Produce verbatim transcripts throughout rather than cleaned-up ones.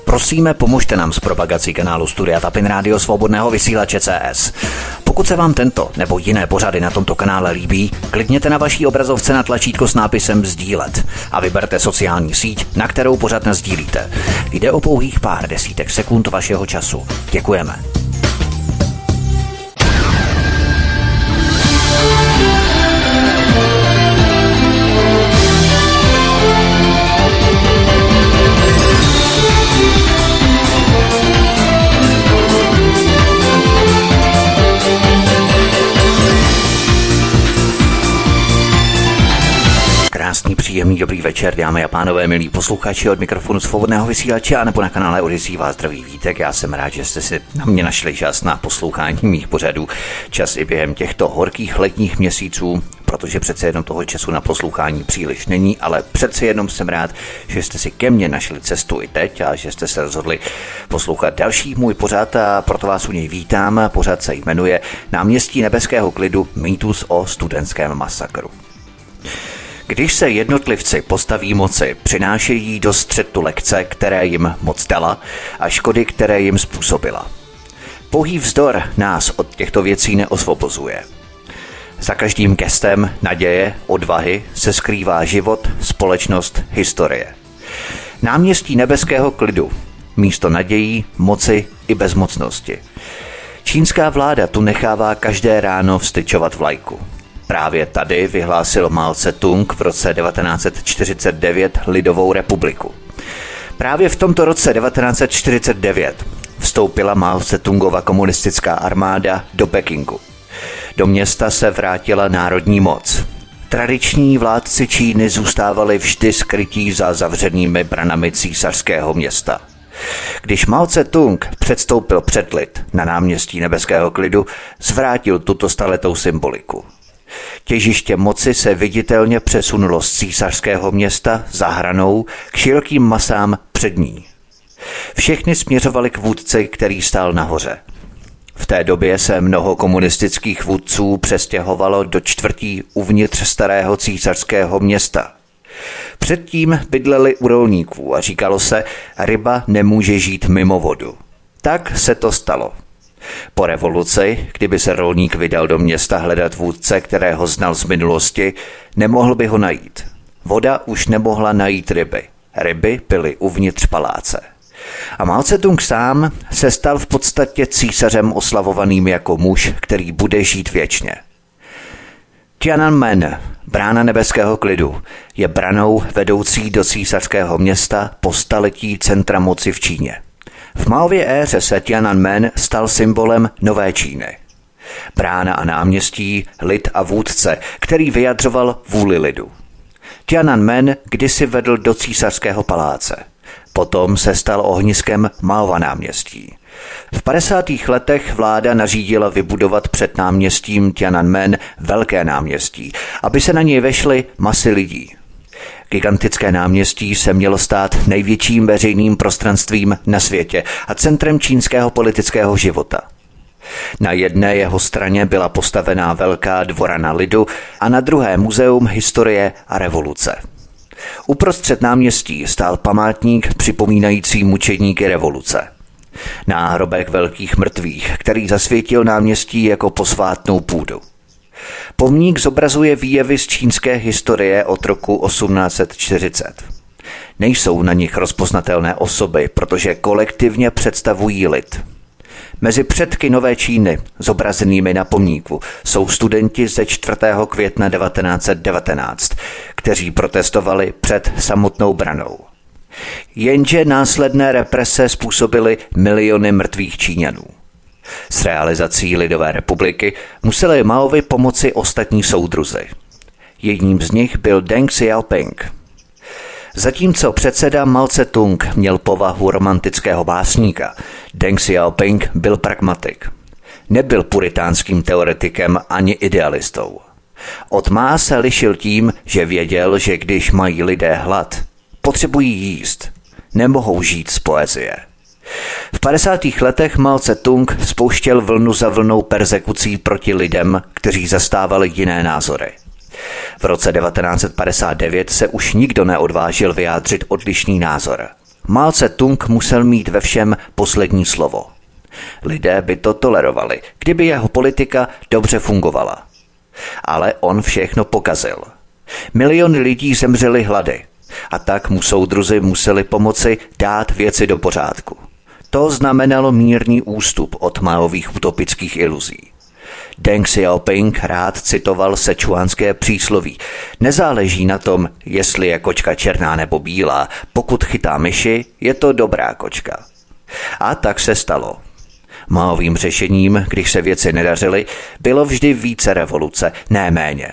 Prosíme, pomožte nám s propagací kanálu Studia Tapin Rádio Svobodného vysílače C S. Pokud se vám tento nebo jiné pořady na tomto kanále líbí, klikněte na vaší obrazovce na tlačítko s nápisem sdílet a vyberte sociální síť, na kterou pořad nasdílíte. Jde o pouhých pár desítek sekund vašeho času. Děkujeme. Krásný, příjemný, dobrý večer, dámy a pánové, milí posluchači, od mikrofonu Svobodného vysílače a nebo na kanále Odyssey vás zdraví Vítek. Já jsem rád, že jste si na mě našli čas na poslouchání mých pořadů. Čas i během těchto horkých letních měsíců, protože přece jenom toho času na poslouchání příliš není, ale přece jenom jsem rád, že jste si ke mně našli cestu i teď a že jste se rozhodli poslouchat další můj pořad a proto vás u něj vítám. Pořad se jmenuje Náměstí nebeského klidu, mýtus o studentském masakru. Když se jednotlivci postaví moci, přinášejí do střetu lekce, které jim moc dala, a škody, které jim způsobila. Pouhý vzdor nás od těchto věcí neosvobozuje. Za každým gestem naděje, odvahy se skrývá život, společnost, historie. Náměstí nebeského klidu, místo nadějí, moci i bezmocnosti. Čínská vláda tu nechává každé ráno vztyčovat vlajku. Právě tady vyhlásil Mao Tse-tung v roce devatenáct set čtyřicet devět lidovou republiku. Právě v tomto roce devatenáct set čtyřicet devět vstoupila Mao Tse-tungova komunistická armáda do Pekingu. Do města se vrátila národní moc. Tradiční vládci Číny zůstávali vždy skrytí za zavřenými branami císařského města. Když Mao Tse-tung předstoupil před lid na náměstí nebeského klidu, zvrátil tuto staletou symboliku. Těžiště moci se viditelně přesunulo z císařského města za hranou k širokým masám před ní. Všechny směřovali k vůdci, který stál nahoře. V té době se mnoho komunistických vůdců přestěhovalo do čtvrtí uvnitř starého císařského města. Předtím bydleli u rolníků a říkalo se, ryba nemůže žít mimo vodu. Tak se to stalo. Po revoluci, kdyby se rolník vydal do města hledat vůdce, kterého znal z minulosti, nemohl by ho najít. Voda už nemohla najít ryby. Ryby byly uvnitř paláce. A Mao Tse-tung sám se stal v podstatě císařem oslavovaným jako muž, který bude žít věčně. Tiananmen, brána nebeského klidu, je branou vedoucí do císařského města po staletí centra moci v Číně. V Maově éře se Tiananmen stal symbolem nové Číny. Brána a náměstí, lid a vůdce, který vyjadřoval vůli lidu. Tiananmen kdysi vedl do císařského paláce. Potom se stal ohniskem Maova náměstí. V padesátých letech vláda nařídila vybudovat před náměstím Tiananmen velké náměstí, aby se na něj vešly masy lidí. Gigantické náměstí se mělo stát největším veřejným prostranstvím na světě a centrem čínského politického života. Na jedné jeho straně byla postavená velká dvorana lidu a na druhé muzeum historie a revoluce. Uprostřed náměstí stál památník připomínající mučedníky revoluce. Náhrobek velkých mrtvých, který zasvětil náměstí jako posvátnou půdu. Pomník zobrazuje výjevy z čínské historie od roku osmnáct set čtyřicet. Nejsou na nich rozpoznatelné osoby, protože kolektivně představují lid. Mezi předky nové Číny, zobrazenými na pomníku, jsou studenti ze čtvrtého května devatenáct set devatenáct, kteří protestovali před samotnou branou. Jenže následné represe způsobily miliony mrtvých Číňanů. S realizací lidové republiky museli Maovi pomoci ostatní soudruzi. Jedním z nich byl Deng Xiaoping. Zatímco předseda Mao Tse-tung měl povahu romantického básníka, Deng Xiaoping byl pragmatik. Nebyl puritánským teoretikem ani idealistou. Od Mao se lišil tím, že věděl, že když mají lidé hlad, potřebují jíst, nemohou žít z poezie. V padesátých letech Mao Tse-tung spouštěl vlnu za vlnou perzekucí proti lidem, kteří zastávali jiné názory. V roce devatenáct set padesát devět se už nikdo neodvážil vyjádřit odlišný názor. Mao Tse-tung musel mít ve všem poslední slovo. Lidé by to tolerovali, kdyby jeho politika dobře fungovala. Ale on všechno pokazil. Miliony lidí zemřeli hlady a tak mu soudruzi museli pomoci dát věci do pořádku. To znamenalo mírný ústup od Maových utopických iluzí. Deng Xiaoping rád citoval sečuánské přísloví. Nezáleží na tom, jestli je kočka černá nebo bílá, pokud chytá myši, je to dobrá kočka. A tak se stalo. Maovým řešením, když se věci nedařily, bylo vždy více revoluce, ne méně.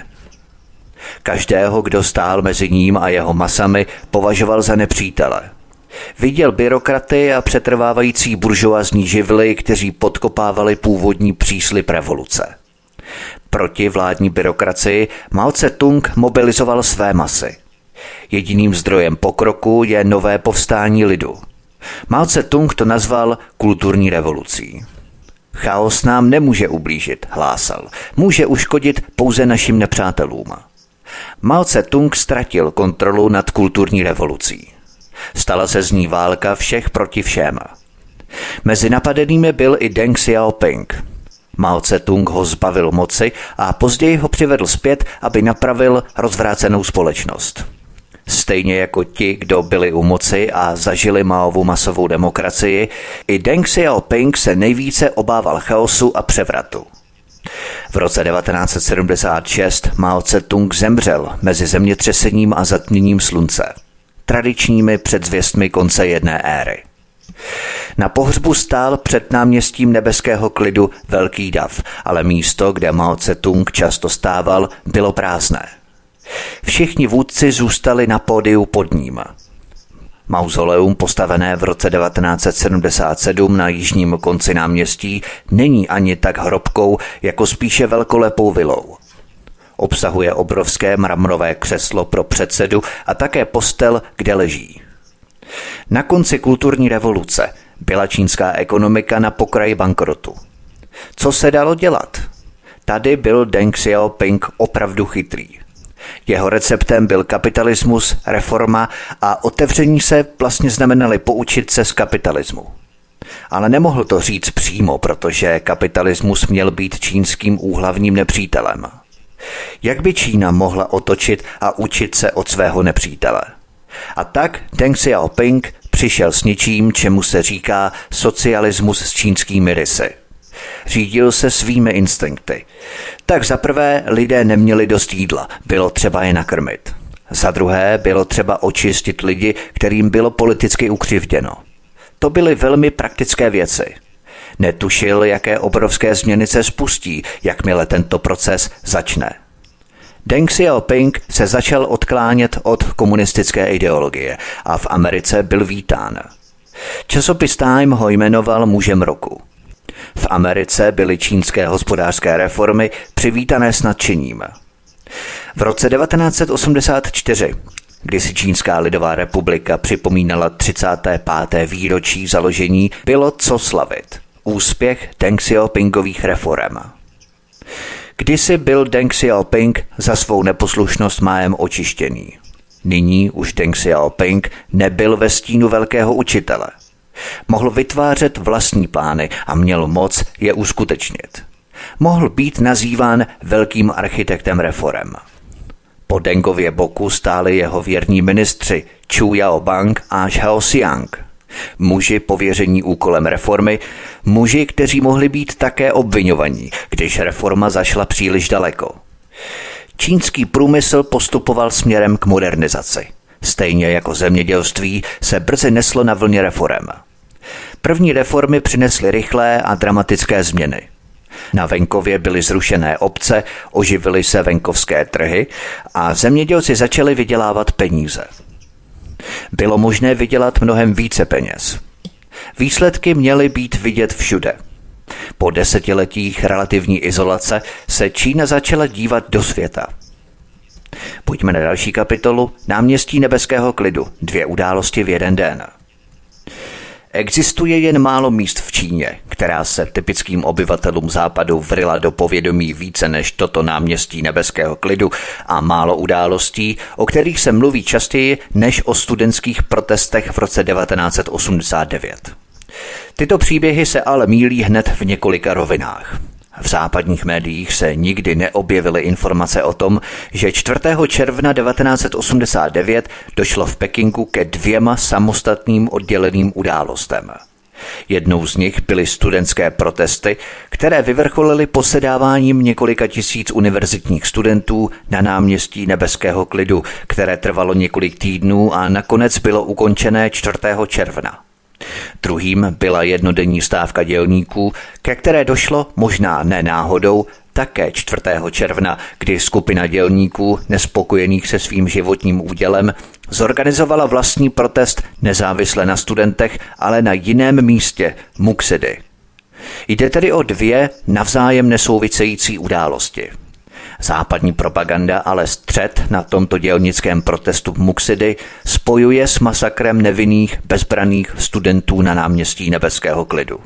Každého, kdo stál mezi ním a jeho masami, považoval za nepřítele. Viděl byrokraty a přetrvávající buržoazní živly, kteří podkopávali původní příslib revoluce. Proti vládní byrokracii Mao Tse-tung mobilizoval své masy. Jediným zdrojem pokroku je nové povstání lidu. Mao Tse-tung to nazval kulturní revolucí. Chaos nám nemůže ublížit, hlásal. Může uškodit pouze našim nepřátelům. Mao Tse-tung ztratil kontrolu nad kulturní revolucí. Stala se z ní válka všech proti všem. Mezi napadenými byl i Deng Xiaoping. Mao Tse-tung ho zbavil moci a později ho přivedl zpět, aby napravil rozvrácenou společnost. Stejně jako ti, kdo byli u moci a zažili Maovu masovou demokracii, i Deng Xiaoping se nejvíce obával chaosu a převratu. V roce devatenáct set sedmdesát šest Mao Tse-tung zemřel mezi zemětřesením a zatměním slunce, tradičními předzvěstmi konce jedné éry. Na pohřbu stál před náměstím Nebeského klidu velký dav, ale místo, kde Mao Tse-tung často stával, bylo prázdné. Všichni vůdci zůstali na pódiu pod ním. Mauzoleum, postavené v roce devatenáct set sedmdesát sedm na jižním konci náměstí, není ani tak hrobkou, jako spíše velkolepou vilou. Obsahuje obrovské mramorové křeslo pro předsedu a také postel, kde leží. Na konci kulturní revoluce byla čínská ekonomika na pokraji bankrotu. Co se dalo dělat? Tady byl Deng Xiaoping opravdu chytrý. Jeho receptem byl kapitalismus, reforma a otevření se vlastně znamenaly poučit se z kapitalismu. Ale nemohl to říct přímo, protože kapitalismus měl být čínským úhlavním nepřítelem. Jak by Čína mohla otočit a učit se od svého nepřítele? A tak Deng Xiaoping přišel s něčím, čemu se říká socialismus s čínskými rysy. Řídil se svými instinkty. Tak za prvé lidé neměli dost jídla, bylo třeba je nakrmit. Za druhé bylo třeba očistit lidi, kterým bylo politicky ukřivděno. To byly velmi praktické věci. Netušil, jaké obrovské změny se spustí, jakmile tento proces začne. Deng Xiaoping se začal odklánět od komunistické ideologie a v Americe byl vítán. Časopis Time ho jmenoval mužem roku. V Americe byly čínské hospodářské reformy přivítané s nadšením. V roce devatenáct set osmdesát čtyři, kdy si Čínská lidová republika připomínala třicáté páté výročí založení, bylo co slavit. Úspěch Deng Xiaopingových reforem. Kdysi byl Deng Xiaoping za svou neposlušnost májem očištěný. Nyní už Deng Xiaoping nebyl ve stínu velkého učitele. Mohl vytvářet vlastní plány a měl moc je uskutečnit. Mohl být nazýván velkým architektem reforem. Po Dengově boku stáli jeho věrní ministři Chu Yaobang a Zhao Xiang. Muži pověření úkolem reformy, muži, kteří mohli být také obviňovaní, když reforma zašla příliš daleko. Čínský průmysl postupoval směrem k modernizaci. Stejně jako zemědělství se brzy neslo na vlně reforem. První reformy přinesly rychlé a dramatické změny. Na venkově byly zrušené obce, oživily se venkovské trhy a zemědělci začali vydělávat peníze. Bylo možné vydělat mnohem více peněz. Výsledky měly být vidět všude. Po desetiletích relativní izolace se Čína začala dívat do světa. Pojďme na další kapitolu Náměstí Nebeského klidu. Dvě události v jeden den. Existuje jen málo míst v Číně, která se typickým obyvatelům západu vryla do povědomí více než toto náměstí nebeského klidu a málo událostí, o kterých se mluví častěji než o studentských protestech v roce devatenáct set osmdesát devět. Tyto příběhy se ale mýlí hned v několika rovinách. V západních médiích se nikdy neobjevily informace o tom, že čtvrtého června devatenáct set osmdesát devět došlo v Pekingu ke dvěma samostatným odděleným událostem. Jednou z nich byly studentské protesty, které vyvrcholily posedáváním několika tisíc univerzitních studentů na náměstí nebeského klidu, které trvalo několik týdnů a nakonec bylo ukončené čtvrtého června. Druhým byla jednodenní stávka dělníků, ke které došlo možná ne náhodou také čtvrtého června, kdy skupina dělníků nespokojených se svým životním údělem zorganizovala vlastní protest nezávisle na studentech, ale na jiném místě, Muxidi. Jde tedy o dvě navzájem nesouvisející události. Západní propaganda ale střet na tomto dělnickém protestu v Muxidi spojuje s masakrem nevinných bezbranných studentů na náměstí nebeského klidu.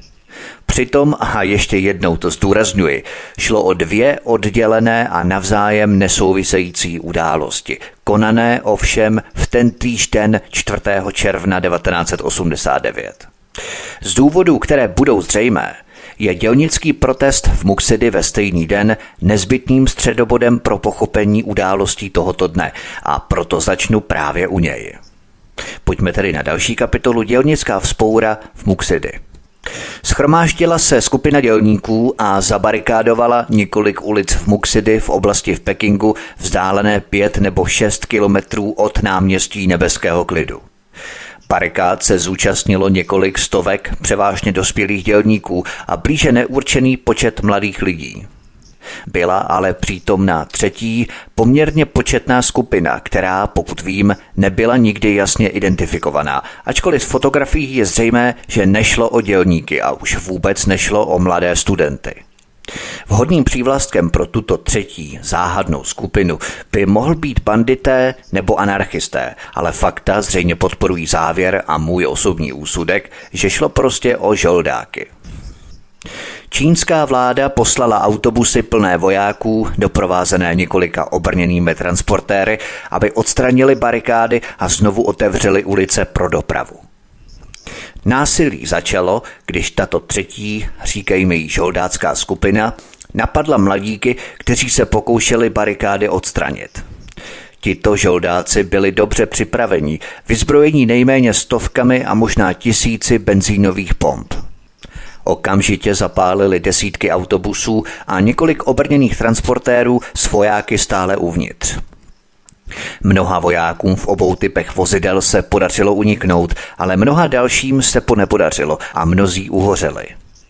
Přitom, a ještě jednou to zdůrazňuji, šlo o dvě oddělené a navzájem nesouvisející události, konané ovšem v tentýž den čtvrtého června devatenáct set osmdesát devět. Z důvodů, které budou zřejmé, je dělnický protest v Muxidi ve stejný den nezbytným středobodem pro pochopení událostí tohoto dne a proto začnu právě u něj. Pojďme tedy na další kapitolu Dělnická vzpoura v Muxidi. Shromáždila se skupina dělníků a zabarikádovala několik ulic v Muxidi v oblasti v Pekingu vzdálené pět nebo šest kilometrů od náměstí nebeského klidu. Barikád se zúčastnilo několik stovek převážně dospělých dělníků a blíže neurčený počet mladých lidí. Byla ale přítomná třetí, poměrně početná skupina, která, pokud vím, nebyla nikdy jasně identifikovaná, ačkoliv z fotografií je zřejmé, že nešlo o dělníky a už vůbec nešlo o mladé studenty. Vhodným přívlastkem pro tuto třetí záhadnou skupinu by mohl být bandité nebo anarchisté, ale fakta zřejmě podporují závěr a můj osobní úsudek, že šlo prostě o žoldáky. Čínská vláda poslala autobusy plné vojáků, doprovázené několika obrněnými transportéry, aby odstranili barikády a znovu otevřeli ulice pro dopravu. Násilí začalo, když tato třetí, říkejme jí žoldácká skupina, napadla mladíky, kteří se pokoušeli barikády odstranit. Tito žoldáci byli dobře připraveni, vyzbrojení nejméně stovkami a možná tisíci benzínových pomp. Okamžitě zapálili desítky autobusů a několik obrněných transportérů s vojáky stále uvnitř. Mnoha vojákům v obou typech vozidel se podařilo uniknout, ale mnoha dalším se to nepodařilo a mnozí uhořeli.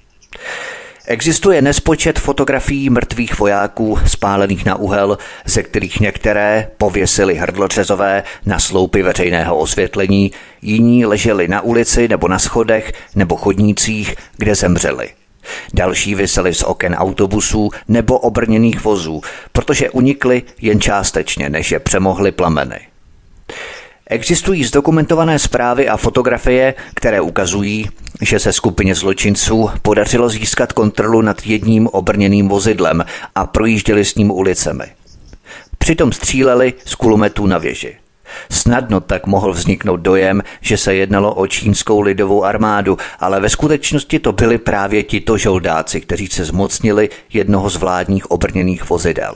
Existuje nespočet fotografií mrtvých vojáků spálených na uhel, ze kterých některé pověsili hrdlořezové na sloupy veřejného osvětlení, jiní leželi na ulici nebo na schodech nebo chodnících, kde zemřeli. Další viseli z oken autobusů nebo obrněných vozů, protože unikli jen částečně, než je přemohly plameny. Existují zdokumentované zprávy a fotografie, které ukazují, že se skupině zločinců podařilo získat kontrolu nad jedním obrněným vozidlem a projížděli s ním ulicemi. Přitom stříleli z kulometů na věži. Snadno tak mohl vzniknout dojem, že se jednalo o čínskou lidovou armádu, ale ve skutečnosti to byli právě tito žoldáci, kteří se zmocnili jednoho z vládních obrněných vozidel.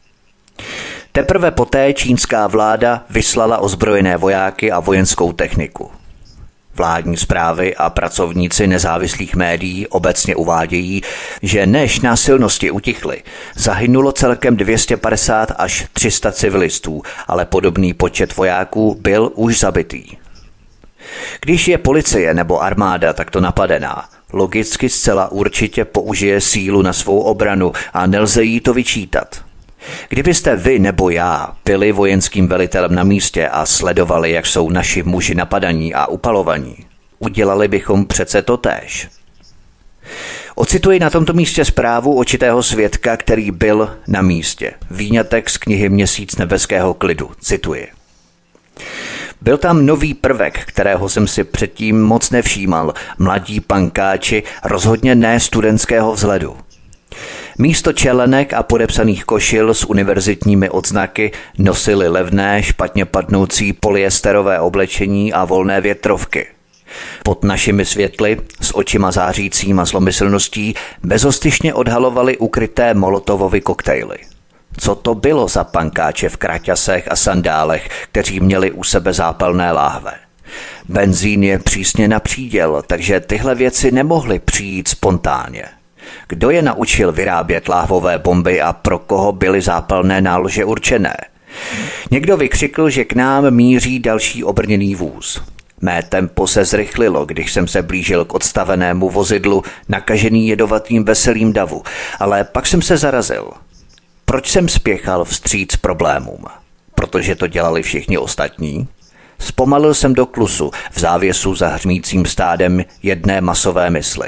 Teprve poté čínská vláda vyslala ozbrojené vojáky a vojenskou techniku. Vládní zprávy a pracovníci nezávislých médií obecně uvádějí, že než násilnosti utichly, zahynulo celkem dvě stě padesát až tři sta civilistů, ale podobný počet vojáků byl už zabitý. Když je policie nebo armáda takto napadená, logicky zcela určitě použije sílu na svou obranu a nelze jí to vyčítat. Kdybyste vy nebo já byli vojenským velitelem na místě a sledovali, jak jsou naši muži napadaní a upalovaní, udělali bychom přece totéž. Ocituji na tomto místě zprávu očitého svědka, který byl na místě. Výňatek z knihy Měsíc nebeského klidu. Cituji. Byl tam nový prvek, kterého jsem si předtím moc nevšímal. Mladí pankáči, rozhodně ne studentského vzhledu. Místo čelenek a podepsaných košil s univerzitními odznaky nosili levné, špatně padnoucí polyesterové oblečení a volné větrovky. Pod našimi světly, s očima zářícím a zlomyslností, bezostyšně odhalovali ukryté Molotovovy koktejly. Co to bylo za pankáče v kraťasech a sandálech, kteří měli u sebe zápalné láhve? Benzín je přísně na příděl, takže tyhle věci nemohly přijít spontánně. Kdo je naučil vyrábět láhvové bomby a pro koho byly zápalné nálože určené? Někdo vykřikl, že k nám míří další obrněný vůz. Mé tempo se zrychlilo, když jsem se blížil k odstavenému vozidlu, nakažený jedovatým veselým davu, ale pak jsem se zarazil. Proč jsem spěchal vstříc problémům? Protože to dělali všichni ostatní? Zpomalil jsem do klusu v závěsu za hřmícím stádem jedné masové mysli.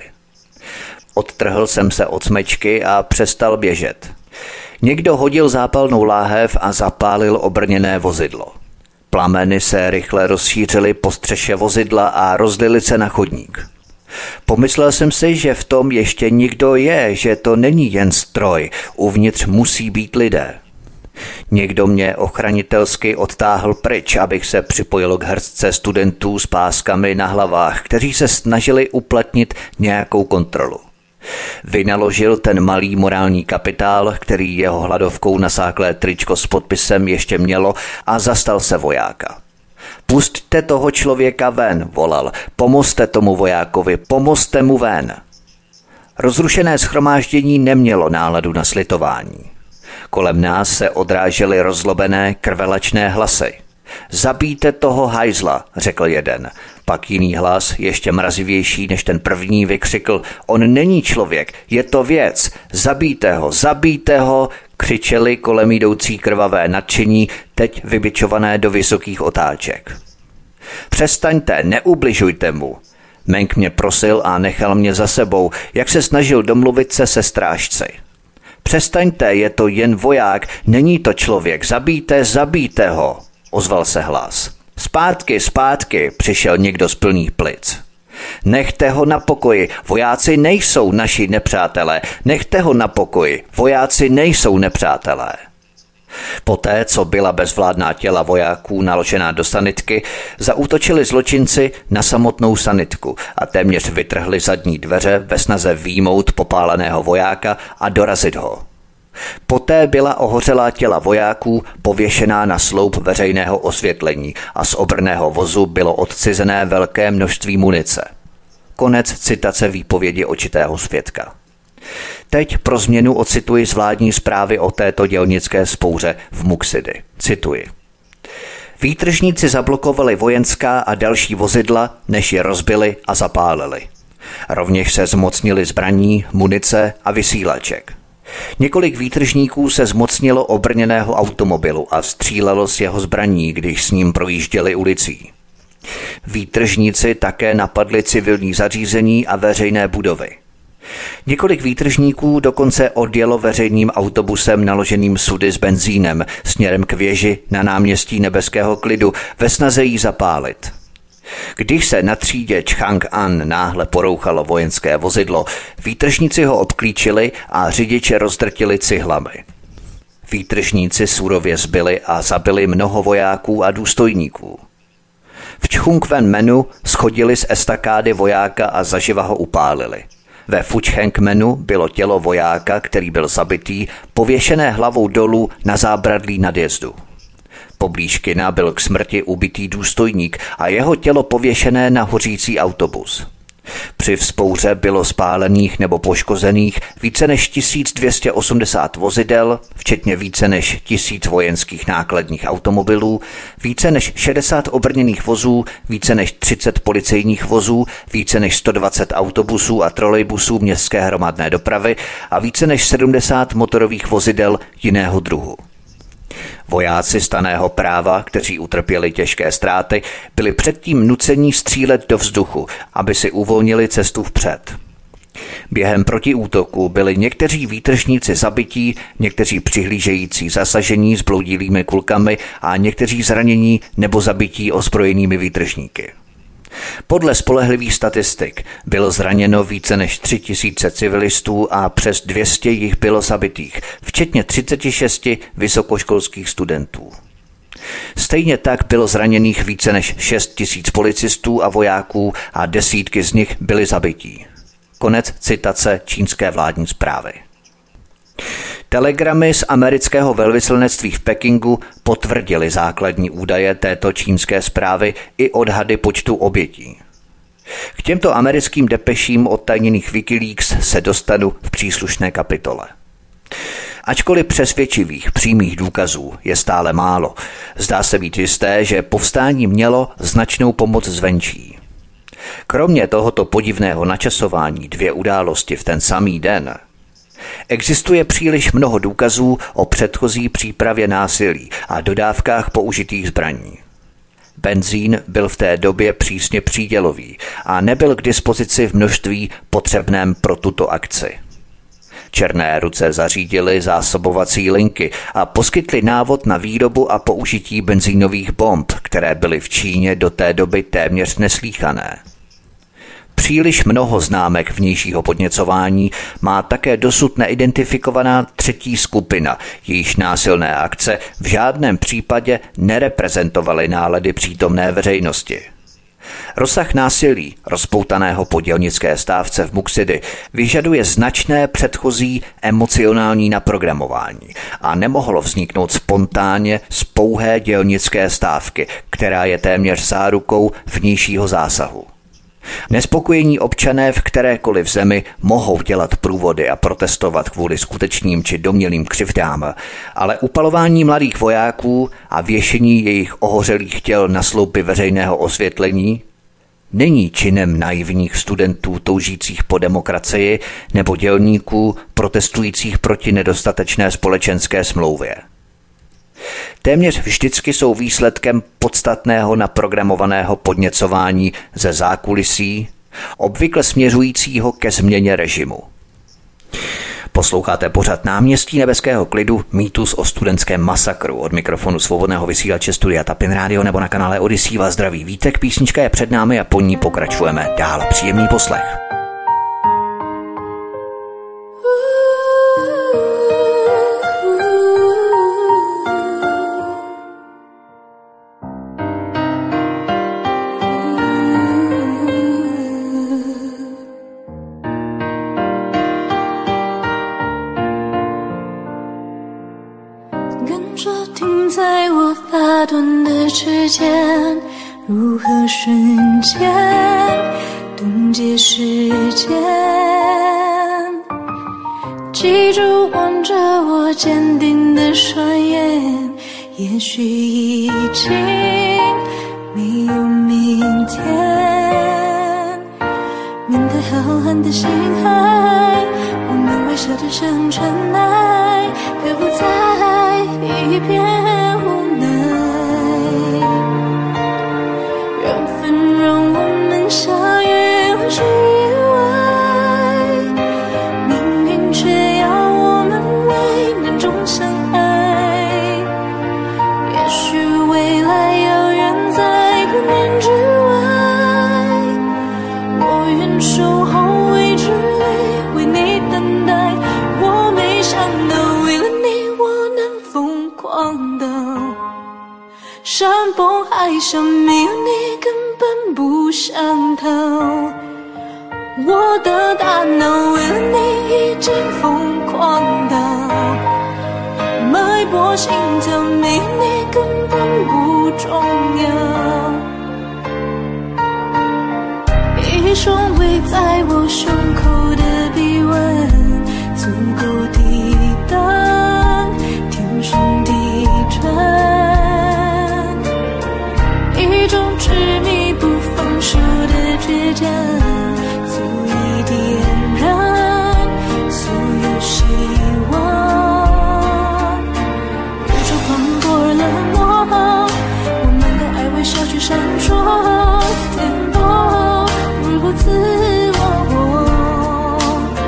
Odtrhl jsem se od smečky a přestal běžet. Někdo hodil zápalnou láhev a zapálil obrněné vozidlo. Plameny se rychle rozšířily po střeše vozidla a rozlily se na chodník. Pomyslel jsem si, že v tom ještě někdo je, že to není jen stroj, uvnitř musí být lidé. Někdo mě ochranitelsky odtáhl pryč, abych se připojil k hrstce studentů s páskami na hlavách, kteří se snažili uplatnit nějakou kontrolu. Vynaložil ten malý morální kapitál, který jeho hladovkou nasáklé tričko s podpisem ještě mělo, a zastal se vojáka. Pusťte toho člověka ven, volal. Pomozte tomu vojákovi, pomozte mu ven. Rozrušené shromáždění nemělo náladu na slitování. Kolem nás se odrážely rozlobené, krvelačné hlasy. Zabijte toho hajzla, řekl jeden. Pak jiný hlas, ještě mrazivější než ten první, vykřikl: on není člověk, je to věc, zabijte ho, zabijte ho, křičeli kolem jdoucí krvavé nadšení, teď vybičované do vysokých otáček. Přestaňte, neubližujte mu. Menk mě prosil a nechal mě za sebou, jak se snažil domluvit se se strážci. Přestaňte, je to jen voják, není to člověk, zabijte, zabijte ho, ozval se hlas. Zpátky, zpátky, přišel někdo z plných plic. Nechte ho na pokoji, vojáci nejsou naši nepřátelé, nechte ho na pokoji, vojáci nejsou nepřátelé. Poté, co byla bezvládná těla vojáků naložená do sanitky, zaútočili zločinci na samotnou sanitku a téměř vytrhli zadní dveře ve snaze vyjmout popáleného vojáka a dorazit ho. Poté byla ohořelá těla vojáků pověšená na sloup veřejného osvětlení a z obrného vozu bylo odcizené velké množství munice. Konec citace výpovědi očitého svědka. Teď pro změnu ocituji z vládní zprávy o této dělnické vzpouře v Muxidy. Cituji. Výtržníci zablokovali vojenská a další vozidla, než je rozbili a zapálili. Rovněž se zmocnili zbraní, munice a vysílaček. Několik výtržníků se zmocnilo obrněného automobilu a střílelo z jeho zbraní, když s ním projížděli ulicí. Výtržníci také napadli civilní zařízení a veřejné budovy. Několik výtržníků dokonce odjelo veřejným autobusem naloženým sudy s benzínem směrem k věži na náměstí Nebeského klidu ve snaze jí zapálit. Když se na třídě Chang'an náhle porouchalo vojenské vozidlo, výtržníci ho obklíčili a řidiče rozdrtili cihlami. Výtržníci surově zbili a zabili mnoho vojáků a důstojníků. V Chungwen-menu schodili z estakády vojáka a zaživa ho upálili. Ve Fucheng-menu bylo tělo vojáka, který byl zabitý, pověšené hlavou dolů na zábradlí nadjezdu. Poblíž kina byl k smrti ubitý důstojník a jeho tělo pověšené na hořící autobus. Při vzpouře bylo spálených nebo poškozených více než tisíc dvě stě osmdesát vozidel, včetně více než tisíc vojenských nákladních automobilů, více než šedesát obrněných vozů, více než třicet policejních vozů, více než sto dvacet autobusů a trolejbusů městské hromadné dopravy a více než sedmdesát motorových vozidel jiného druhu. Vojáci stanného práva, kteří utrpěli těžké ztráty, byli předtím nuceni střílet do vzduchu, aby si uvolnili cestu vpřed. Během protiútoku byli někteří výtržníci zabití, někteří přihlížející zasažení zbloudilými kulkami a někteří zranění nebo zabití ozbrojenými výtržníky. Podle spolehlivých statistik bylo zraněno více než tři tisíce civilistů a přes dvě stě jich bylo zabitých, včetně třicet šest vysokoškolských studentů. Stejně tak bylo zraněných více než šest tisíc policistů a vojáků a desítky z nich byly zabití. Konec citace čínské vládní zprávy. Telegramy z amerického velvyslanectví v Pekingu potvrdily základní údaje této čínské zprávy i odhady počtu obětí. K těmto americkým depeším od tajněných Wikileaks se dostanu v příslušné kapitole. Ačkoliv přesvědčivých přímých důkazů je stále málo, zdá se být jisté, že povstání mělo značnou pomoc zvenčí. Kromě tohoto podivného načasování dvě události v ten samý den, existuje příliš mnoho důkazů o předchozí přípravě násilí a dodávkách použitých zbraní. Benzín byl v té době přísně přídělový a nebyl k dispozici v množství potřebném pro tuto akci. Černé ruce zařídily zásobovací linky a poskytly návod na výrobu a použití benzínových bomb, které byly v Číně do té doby téměř neslýchané. Příliš mnoho známek vnějšího podněcování má také dosud neidentifikovaná třetí skupina, jejíž násilné akce v žádném případě nereprezentovaly nálady přítomné veřejnosti. Rozsah násilí, rozpoutaného po dělnické stávce v Muxidi, vyžaduje značné předchozí emocionální naprogramování a nemohlo vzniknout spontánně z pouhé dělnické stávky, která je téměř zárukou vnějšího zásahu. Nespokojení občané v kterékoliv zemi mohou dělat průvody a protestovat kvůli skutečným či domnělým křivdám, ale upalování mladých vojáků a věšení jejich ohořelých těl na sloupy veřejného osvětlení není činem naivních studentů toužících po demokracii nebo dělníků protestujících proti nedostatečné společenské smlouvě. Téměř vždycky jsou výsledkem podstatného naprogramovaného podněcování ze zákulisí, obvykle směřujícího ke změně režimu. Posloucháte pořad Náměstí nebeského klidu, mýtus o studentském masakru. Od mikrofonu svobodného vysílače Studia Tapin Radio nebo na kanále Odyssey vás zdraví Vítek. Písnička je před námi a po ní pokračujeme dál. Příjemný poslech. 指尖如何瞬间冻结时间，记住望着我坚定的双眼，也许已经没有明天。面对浩瀚的星海，我们微笑着像尘埃，可不再一片无奈。相遇或是意外，命运却要我们为难中相爱。也许未来遥远在光年之外，我愿守候未知里为你等待。我没想到为了你我能疯狂到山崩海啸，没有你根本不想逃。我的大脑为了你已经疯狂到脉搏心跳，没有你根本不重要。一双围在我胸口的臂弯，足够抵挡天旋地转，一种执迷不放手的倔强，足以点燃所有希望。宇宙宽阔而冷漠，我们的爱微笑去闪烁，天空如此我我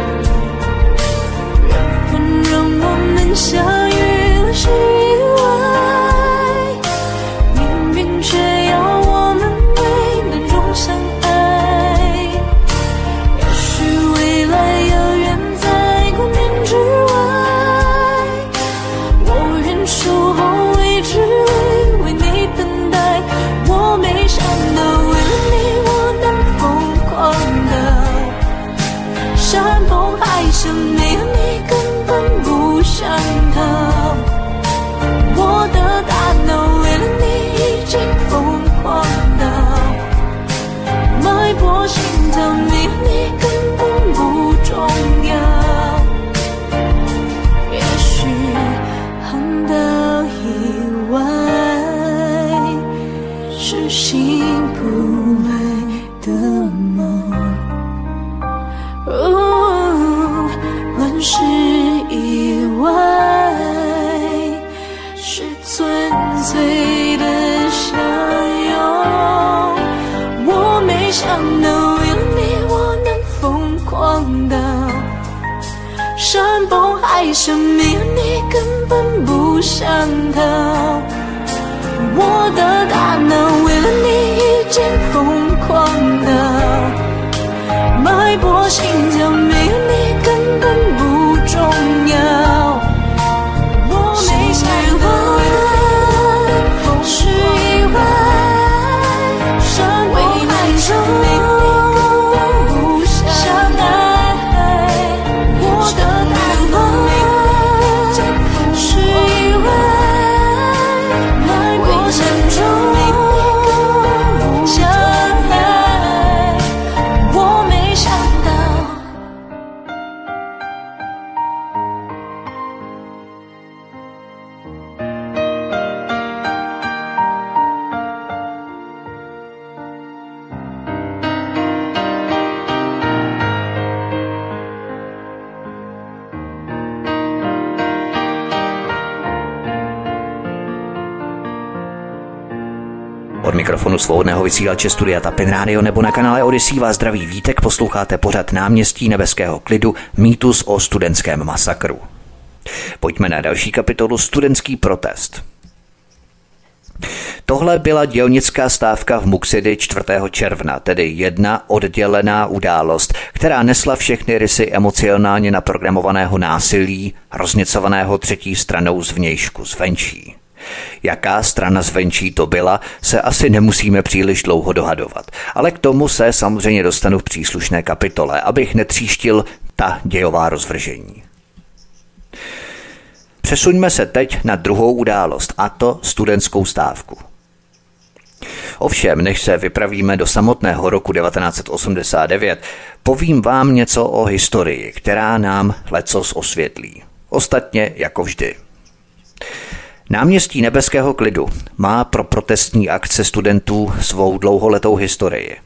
我心疼你，你根本不重要。也许很的意外，是醒不来的梦。哦，乱世意外，是纯粹的相拥。我没想到为了你我能疯狂到山崩海啸，没有你根本不想逃。我的大脑为了你已经疯狂到脉搏心跳，没有你根本不重要。我没想到是意外，山崩海啸没有你根本不相爱。我的大脑没有你已经是意外，脉搏心跳没有你根本不相爱。我没想到。 Od mikrofonu svobodného vysílače Studia Tapin Radio nebo na kanále Odyssey vás zdraví Vítek, posloucháte pořad Náměstí nebeského klidu, mýtus o studentském masakru. Pojďme na další kapitolu Studentský protest. Tohle byla dělnická stávka v Muxidi čtvrtého června, tedy jedna oddělená událost, která nesla všechny rysy emocionálně naprogramovaného násilí, rozněcovaného třetí stranou zvnějšku, zvenčí. Jaká strana zvenčí to byla, se asi nemusíme příliš dlouho dohadovat, ale k tomu se samozřejmě dostanu v příslušné kapitole, abych netříštil ta dějová rozvržení. Přesuňme se teď na druhou událost, a to studentskou stávku. Ovšem, než se vypravíme do samotného roku devatenáct set osmdesát devět, povím vám něco o historii, která nám lecos osvětlí. Ostatně jako vždy. Náměstí nebeského klidu má pro protestní akce studentů svou dlouholetou historii.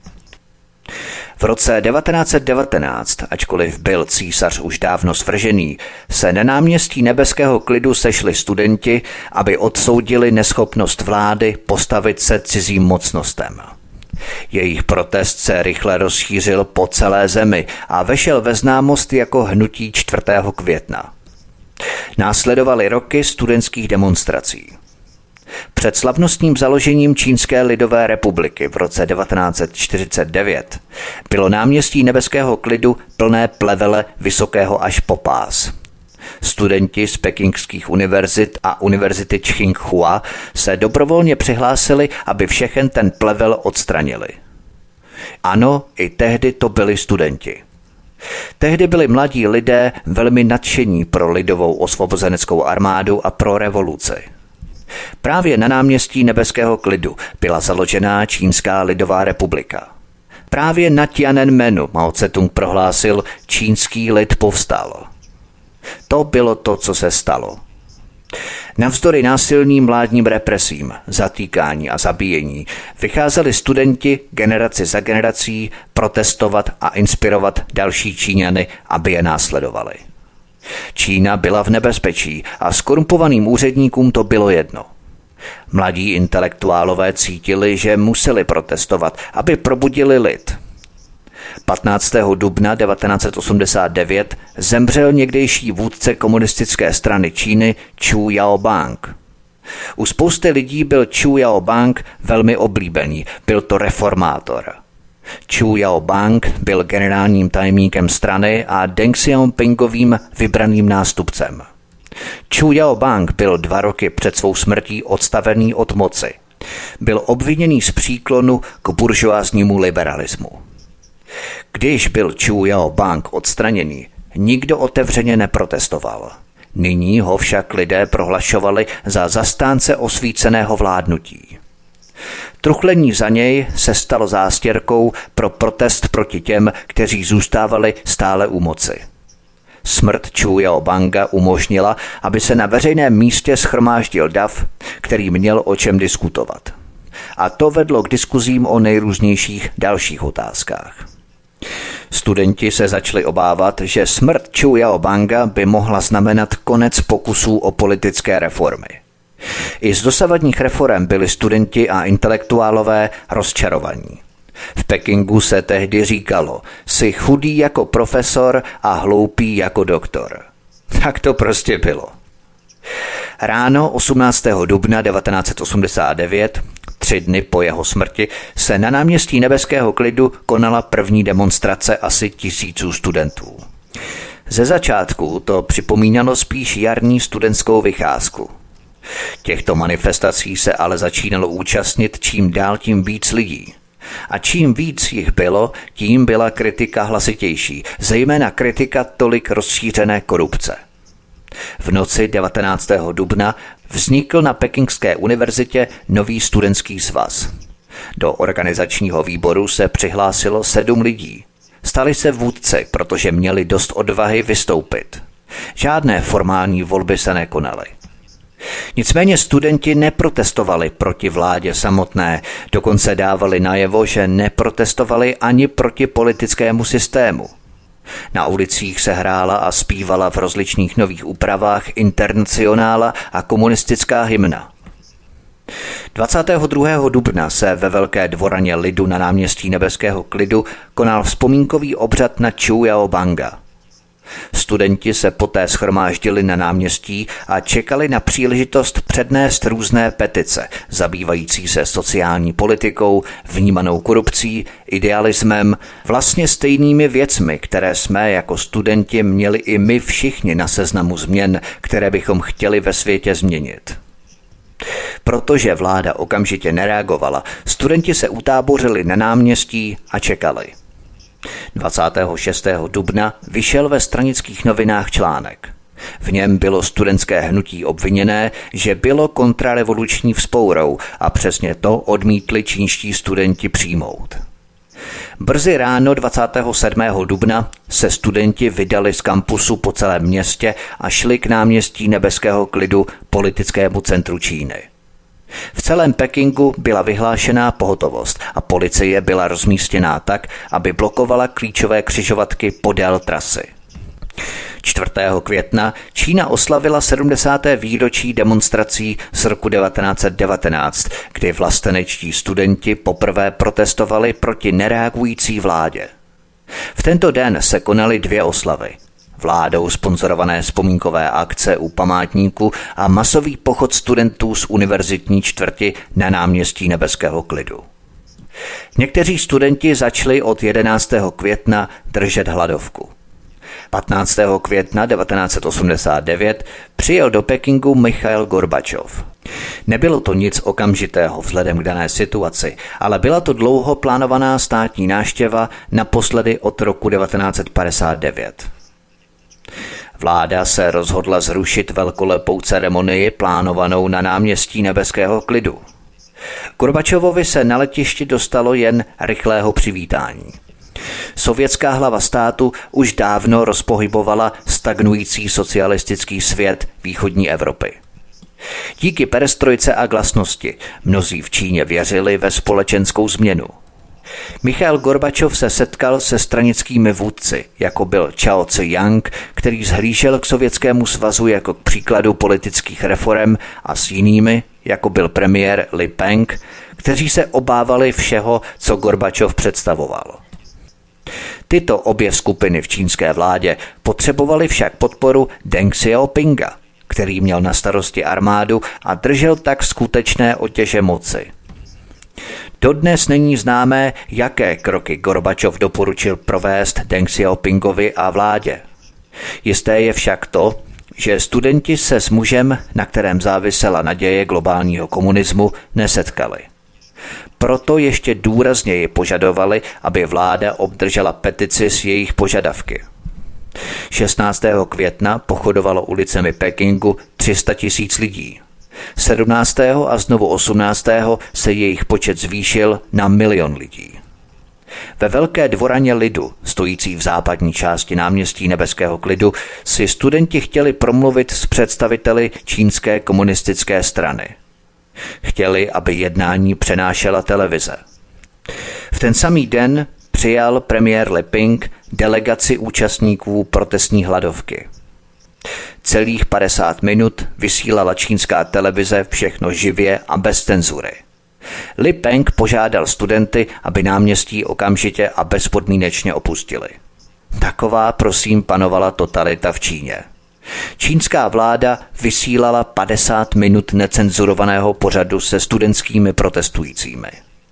V roce devatenáct set devatenáct, ačkoliv byl císař už dávno svržený, se na náměstí nebeského klidu sešli studenti, aby odsoudili neschopnost vlády postavit se cizím mocnostem. Jejich protest se rychle rozšířil po celé zemi a vešel ve známost jako hnutí čtvrtého května. Následovaly roky studentských demonstrací. Před slavnostním založením Čínské lidové republiky v roce devatenáct set čtyřicet devět bylo náměstí nebeského klidu plné plevele vysokého až po pás. Studenti z pekingských univerzit a univerzity Tsinghua se dobrovolně přihlásili, aby všechen ten plevel odstranili. Ano, i tehdy to byli studenti. Tehdy byli mladí lidé velmi nadšení pro lidovou osvobozeneckou armádu a pro revoluci. Právě na náměstí nebeského klidu byla založená Čínská lidová republika. Právě na Tiananmenu Mao Tse-tung prohlásil: čínský lid povstal. To bylo to, co se stalo. Navzdory násilným vládním represím, zatýkání a zabíjení vycházeli studenti generaci za generací protestovat a inspirovat další Číňany, aby je následovali. Čína byla v nebezpečí a skorumpovaným úředníkům to bylo jedno. Mladí intelektuálové cítili, že museli protestovat, aby probudili lid. patnáctého dubna devatenáct set osmdesát devět zemřel někdejší vůdce komunistické strany Číny Ču Jaobang. U spousty lidí byl Ču Jaobang velmi oblíbený, byl to reformátor. Ču Jaobang byl generálním tajemníkem strany a Deng Xiaopingovým vybraným nástupcem. Ču Jaobang byl dva roky před svou smrtí odstavený od moci. Byl obviněný z příklonu k buržoáznímu liberalismu. Když byl Ču Jaobang odstraněný, nikdo otevřeně neprotestoval. Nyní ho však lidé prohlašovali za zastánce osvíceného vládnutí. Truchlení za něj se stalo zástěrkou pro protest proti těm, kteří zůstávali stále u moci. Smrt Chu Yao-banga umožnila, aby se na veřejném místě shromáždil dav, který měl o čem diskutovat. A to vedlo k diskuzím o nejrůznějších dalších otázkách. Studenti se začali obávat, že smrt Chu Yao-banga by mohla znamenat konec pokusů o politické reformy. I z dosavadních reforem byli studenti a intelektuálové rozčarovaní. V Pekingu se tehdy říkalo, jsi chudý jako profesor a hloupý jako doktor. Tak to prostě bylo. Ráno osmnáctého dubna devatenáct set osmdesát devět, tři dny po jeho smrti, se na náměstí Nebeského klidu konala první demonstrace asi tisíců studentů. Ze začátku to připomínalo spíš jarní studentskou vycházku. Těchto manifestací se ale začínalo účastnit čím dál tím víc lidí. A čím víc jich bylo, tím byla kritika hlasitější, zejména kritika tolik rozšířené korupce. V noci devatenáctého dubna vznikl na Pekingské univerzitě nový studentský svaz. Do organizačního výboru se přihlásilo sedm lidí. Stali se vůdci, protože měli dost odvahy vystoupit. Žádné formální volby se nekonaly. Nicméně studenti neprotestovali proti vládě samotné, dokonce dávali najevo, že neprotestovali ani proti politickému systému. Na ulicích se hrála a zpívala v rozličných nových úpravách Internacionála a komunistická hymna. dvacátého druhého dubna se ve Velké dvoraně lidu na náměstí Nebeského klidu konal vzpomínkový obřad na Chu Yao-banga. Studenti se poté shromáždili na náměstí a čekali na příležitost přednést různé petice, zabývající se sociální politikou, vnímanou korupcí, idealismem, vlastně stejnými věcmi, které jsme jako studenti měli i my všichni na seznamu změn, které bychom chtěli ve světě změnit. Protože vláda okamžitě nereagovala, studenti se utábořili na náměstí a čekali. dvacátého šestého dubna vyšel ve stranických novinách článek. V něm bylo studentské hnutí obviněné, že bylo kontrarevoluční vzpourou a přesně to odmítli čínští studenti přijmout. Brzy ráno dvacátého sedmého dubna se studenti vydali z kampusu po celém městě a šli k náměstí Nebeského klidu, politickému centru Číny. V celém Pekingu byla vyhlášená pohotovost a policie byla rozmístěná tak, aby blokovala klíčové křižovatky podél trasy. čtvrtého května Čína oslavila sedmdesáté výročí demonstrací z roku devatenáct set devatenáct, kdy vlastenečtí studenti poprvé protestovali proti nereagující vládě. V tento den se konaly dvě oslavy. Vládou sponzorované vzpomínkové akce u památníku a masový pochod studentů z univerzitní čtvrti na náměstí Nebeského klidu. Někteří studenti začali od jedenáctého května držet hladovku. patnáctého května devatenáct set osmdesát devět přijel do Pekingu Michail Gorbačov. Nebylo to nic okamžitého vzhledem k dané situaci, ale byla to dlouho plánovaná státní návštěva naposledy od roku devatenáct set padesát devět. Vláda se rozhodla zrušit velkolepou ceremonii plánovanou na náměstí Nebeského klidu. Gorbačovovi se na letišti dostalo jen rychlého přivítání. Sovětská hlava státu už dávno rozpohybovala stagnující socialistický svět východní Evropy. Díky perestrojce a glasnosti mnozí v Číně věřili ve společenskou změnu. Michail Gorbačov se setkal se stranickými vůdci, jako byl Chao Tse-yang, který zhlížel k Sovětskému svazu jako k příkladu politických reforem, a s jinými, jako byl premiér Li Peng, kteří se obávali všeho, co Gorbačov představoval. Tyto obě skupiny v čínské vládě potřebovaly však podporu Deng Xiaopinga, který měl na starosti armádu a držel tak skutečné otěže moci. Dodnes není známé, jaké kroky Gorbačov doporučil provést Deng Xiaopingovi a vládě. Jisté je však to, že studenti se s mužem, na kterém závisela naděje globálního komunismu, nesetkali. Proto ještě důrazněji požadovali, aby vláda obdržela petici s jejich požadavky. šestnáctého května pochodovalo ulicemi Pekingu tři sta tisíc lidí. sedmnáctého a znovu osmnáctého se jejich počet zvýšil na milion lidí. Ve velké dvoraně lidu, stojící v západní části náměstí Nebeského klidu, si studenti chtěli promluvit s představiteli čínské komunistické strany. Chtěli, aby jednání přenášela televize. V ten samý den přijal premiér Li Ping delegaci účastníků protestní hladovky. Celých padesát minut vysílala čínská televize všechno živě a bez cenzury. Li Peng požádal studenty, aby náměstí okamžitě a bezpodmínečně opustili. Taková, prosím, panovala totalita v Číně. Čínská vláda vysílala padesát minut necenzurovaného pořadu se studentskými protestujícími.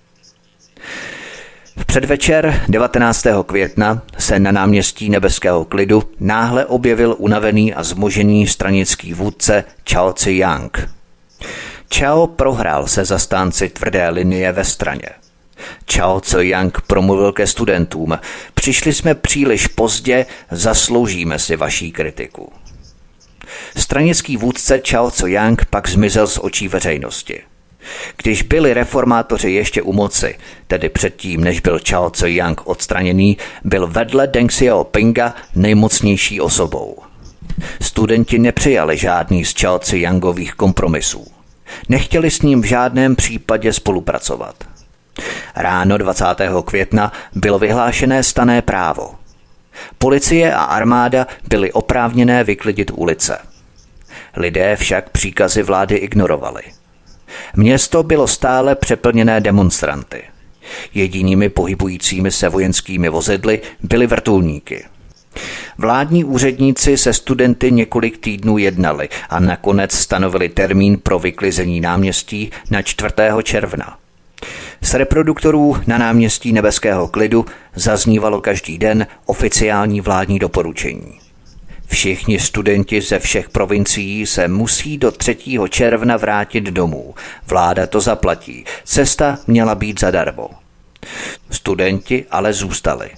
V předvečer devatenáctého května se na náměstí Nebeského klidu náhle objevil unavený a zmožený stranický vůdce Chao Zi-yang. Chao prohrál se zastánci tvrdé linie ve straně. Chao Zi-yang promluvil ke studentům. Přišli jsme příliš pozdě, zasloužíme si vaší kritiku. Stranický vůdce Chao Zi-yang pak zmizel z očí veřejnosti. Když byli reformátoři ještě u moci, tedy předtím, než byl Chao Zi-yang odstraněný, byl vedle Deng Xiaopinga nejmocnější osobou. Studenti nepřijali žádný z Chao Zi-yangových kompromisů. Nechtěli s ním v žádném případě spolupracovat. Ráno dvacátého května bylo vyhlášené stanné právo. Policie a armáda byly oprávněné vyklidit ulice. Lidé však příkazy vlády ignorovali. Město bylo stále přeplněné demonstranty. Jedinými pohybujícími se vojenskými vozidly byly vrtulníky. Vládní úředníci se studenty několik týdnů jednali a nakonec stanovili termín pro vyklizení náměstí na čtvrtého června. Z reproduktorů na náměstí Nebeského klidu zaznívalo každý den oficiální vládní doporučení. Všichni studenti ze všech provincií se musí do třetího června vrátit domů. Vláda to zaplatí. Cesta měla být zadarmo. Studenti ale zůstali.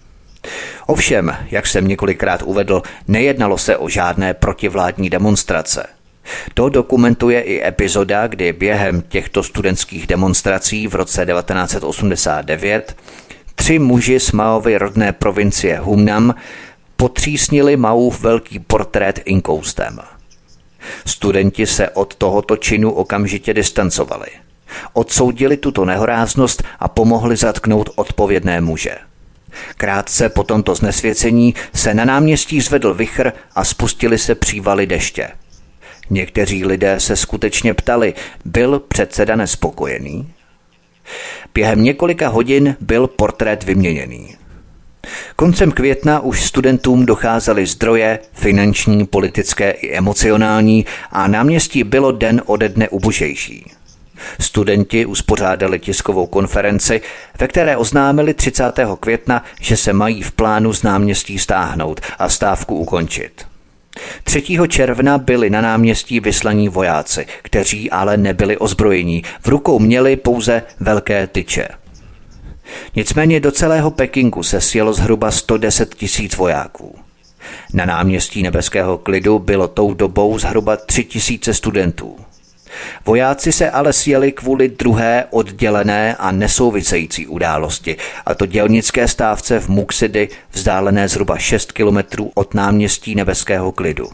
Ovšem, jak jsem několikrát uvedl, nejednalo se o žádné protivládní demonstrace. To dokumentuje i epizoda, kdy během těchto studentských demonstrací v roce devatenáct set osmdesát devět tři muži z Maovy rodné provincie Hunnam potřísnili Maův velký portrét inkoustem. Studenti se od tohoto činu okamžitě distancovali. Odsoudili tuto nehoráznost a pomohli zatknout odpovědné muže. Krátce po tomto znesvěcení se na náměstí zvedl vichr a spustili se přívaly deště. Někteří lidé se skutečně ptali, byl předseda nespokojený? Během několika hodin byl portrét vyměněný. Koncem května už studentům docházely zdroje, finanční, politické i emocionální, a náměstí bylo den ode dne ubožejší. Studenti uspořádali tiskovou konferenci, ve které oznámili třicátého května, že se mají v plánu z náměstí stáhnout a stávku ukončit. třetího června byli na náměstí vyslaní vojáci, kteří ale nebyli ozbrojení, v rukou měli pouze velké tyče. Nicméně do celého Pekingu se sjelo zhruba sto deset tisíc vojáků. Na náměstí Nebeského klidu bylo tou dobou zhruba tři tisíce studentů. Vojáci se ale sjeli kvůli druhé oddělené a nesouvisející události, a to dělnické stávce v Muxidi, vzdálené zhruba šest kilometrů od náměstí Nebeského klidu.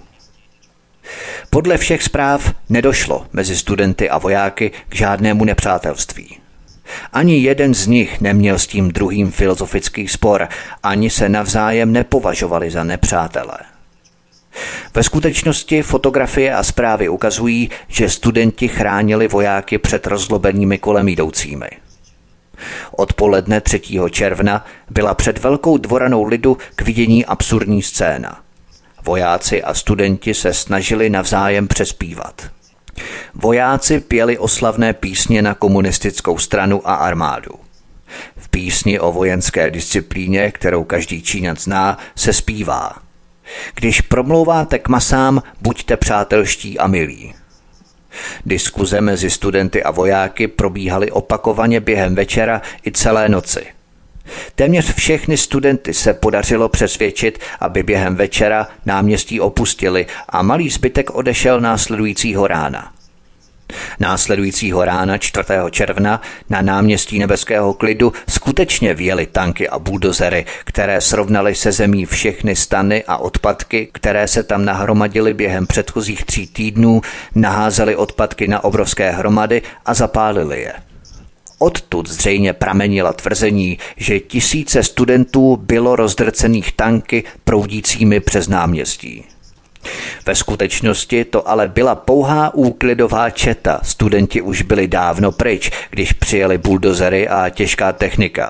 Podle všech zpráv nedošlo mezi studenty a vojáky k žádnému nepřátelství. Ani jeden z nich neměl s tím druhým filozofický spor, ani se navzájem nepovažovali za nepřátele. Ve skutečnosti fotografie a zprávy ukazují, že studenti chránili vojáky před rozzlobenými kolem jdoucími. Odpoledne třetího června byla před velkou dvoranou lidu k vidění absurdní scéna. Vojáci a studenti se snažili navzájem přespívat. Vojáci pěli oslavné písně na komunistickou stranu a armádu. V písni o vojenské disciplíně, kterou každý Číňan zná, se zpívá: Když promlouváte k masám, buďte přátelští a milí. Diskuze mezi studenty a vojáky probíhaly opakovaně během večera i celé noci. Téměř všechny studenty se podařilo přesvědčit, aby během večera náměstí opustili, a malý zbytek odešel následujícího rána. Následujícího rána čtvrtého června na náměstí Nebeského klidu skutečně vjeli tanky a buldozery, které srovnaly se zemí všechny stany a odpadky, které se tam nahromadily během předchozích tří týdnů, naházely odpadky na obrovské hromady a zapálili je. Odtud zřejmě pramenila tvrzení, že tisíce studentů bylo rozdrcených tanky proudícími přes náměstí. Ve skutečnosti to ale byla pouhá úklidová četa, studenti už byli dávno pryč, když přijeli buldozery a těžká technika.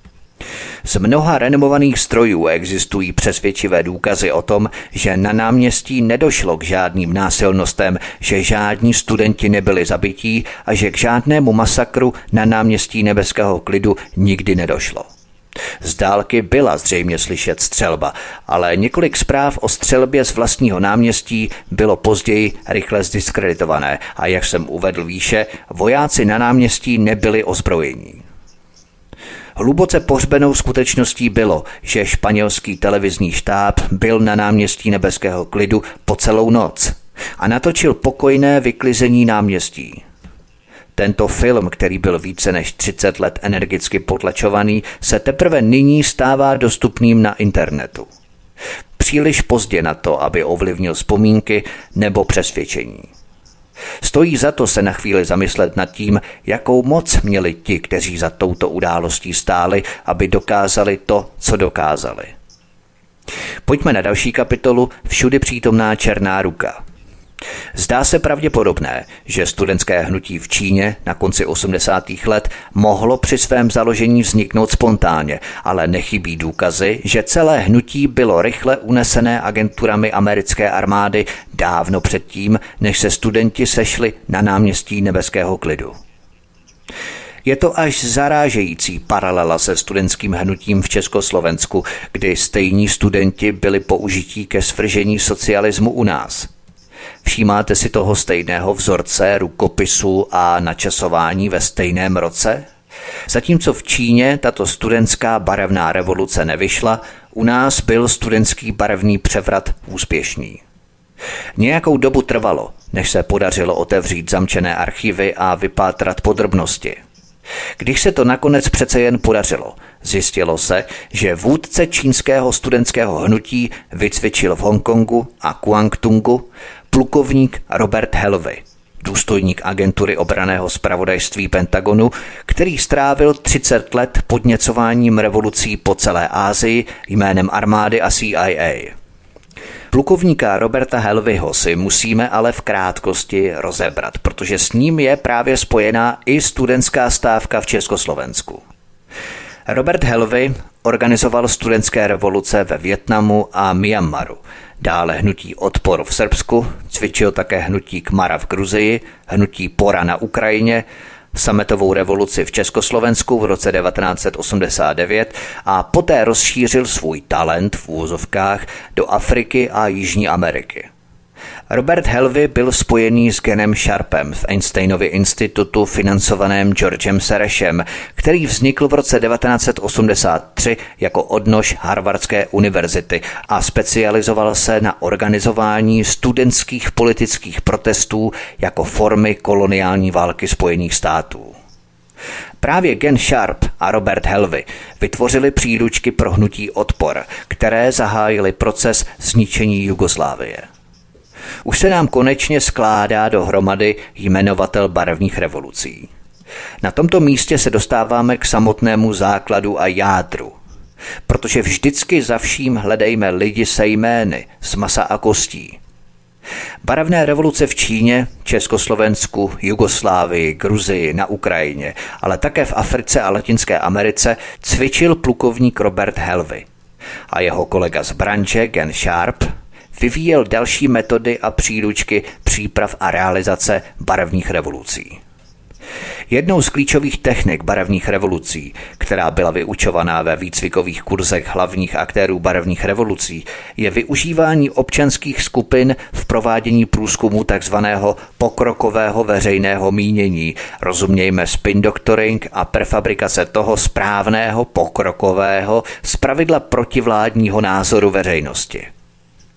Z mnoha renomovaných strojů existují přesvědčivé důkazy o tom, že na náměstí nedošlo k žádným násilnostem, že žádní studenti nebyli zabití a že k žádnému masakru na náměstí Nebeského klidu nikdy nedošlo. Z dálky byla zřejmě slyšet střelba, ale několik zpráv o střelbě z vlastního náměstí bylo později rychle zdiskreditované a jak jsem uvedl výše, vojáci na náměstí nebyli ozbrojení. Hluboce pohřbenou skutečností bylo, že španělský televizní štáb byl na náměstí Nebeského klidu po celou noc a natočil pokojné vyklizení náměstí. Tento film, který byl více než třicet let energicky potlačovaný, se teprve nyní stává dostupným na internetu. Příliš pozdě na to, aby ovlivnil vzpomínky nebo přesvědčení. Stojí za to se na chvíli zamyslet nad tím, jakou moc měli ti, kteří za touto událostí stáli, aby dokázali to, co dokázali. Pojďme na další kapitolu Všudy přítomná černá ruka. Zdá se pravděpodobné, že studentské hnutí v Číně na konci osmdesátých let mohlo při svém založení vzniknout spontánně, ale nechybí důkazy, že celé hnutí bylo rychle unesené agenturami americké armády dávno předtím, než se studenti sešli na náměstí Nebeského klidu. Je to až zarážející paralela se studentským hnutím v Československu, kdy stejní studenti byli použití ke svržení socialismu u nás. Všímáte si toho stejného vzorce, rukopisu a načasování ve stejném roce? Zatímco v Číně tato studentská barevná revoluce nevyšla, u nás byl studentský barevný převrat úspěšný. Nějakou dobu trvalo, než se podařilo otevřít zamčené archivy a vypátrat podrobnosti. Když se to nakonec přece jen podařilo, zjistilo se, že vůdce čínského studentského hnutí vycvičil v Hongkongu a Kuangtungu plukovník Robert Helvey, důstojník agentury obranného zpravodajství Pentagonu, který strávil třicet let podněcováním revolucí po celé Asii jménem armády a C I A. Plukovníka Roberta Helveyho si musíme ale v krátkosti rozebrat, protože s ním je právě spojená i studentská stávka v Československu. Robert Helvey organizoval studentské revoluce ve Vietnamu a Myanmaru, dále hnutí Odpor v Srbsku, cvičil také hnutí Kmara v Gruzii, hnutí Pora na Ukrajině, sametovou revoluci v Československu v roce devatenáct osmdesát devět a poté rozšířil svůj talent v úvozovkách do Afriky a Jižní Ameriky. Robert Helvey byl spojený s Genem Sharpem v Einsteinově institutu financovaném Georgem Sorosem, který vznikl v roce devatenáct osmdesát tři jako odnož Harvardské univerzity a specializoval se na organizování studentských politických protestů jako formy koloniální války Spojených států. Právě Gen Sharp a Robert Helvey vytvořili příručky pro hnutí Odpor, které zahájily proces zničení Jugoslávie. Už se nám konečně skládá dohromady jmenovatel barevných revolucí. Na tomto místě se dostáváme k samotnému základu a jádru, protože vždycky za vším hledejme lidi se jmény, z masa a kostí. Barevné revoluce v Číně, Československu, Jugoslávii, Gruzii, na Ukrajině, ale také v Africe a Latinské Americe cvičil plukovník Robert Helvey a jeho kolega z branže Gen Sharp vyvíjel další metody a příručky příprav a realizace barevných revolucí. Jednou z klíčových technik barevných revolucí, která byla vyučovaná ve výcvikových kurzech hlavních aktérů barevných revolucí, je využívání občanských skupin v provádění průzkumu tzv. Pokrokového veřejného mínění, rozumějme spin doctoring a prefabrikace toho správného pokrokového, zpravidla protivládního názoru veřejnosti.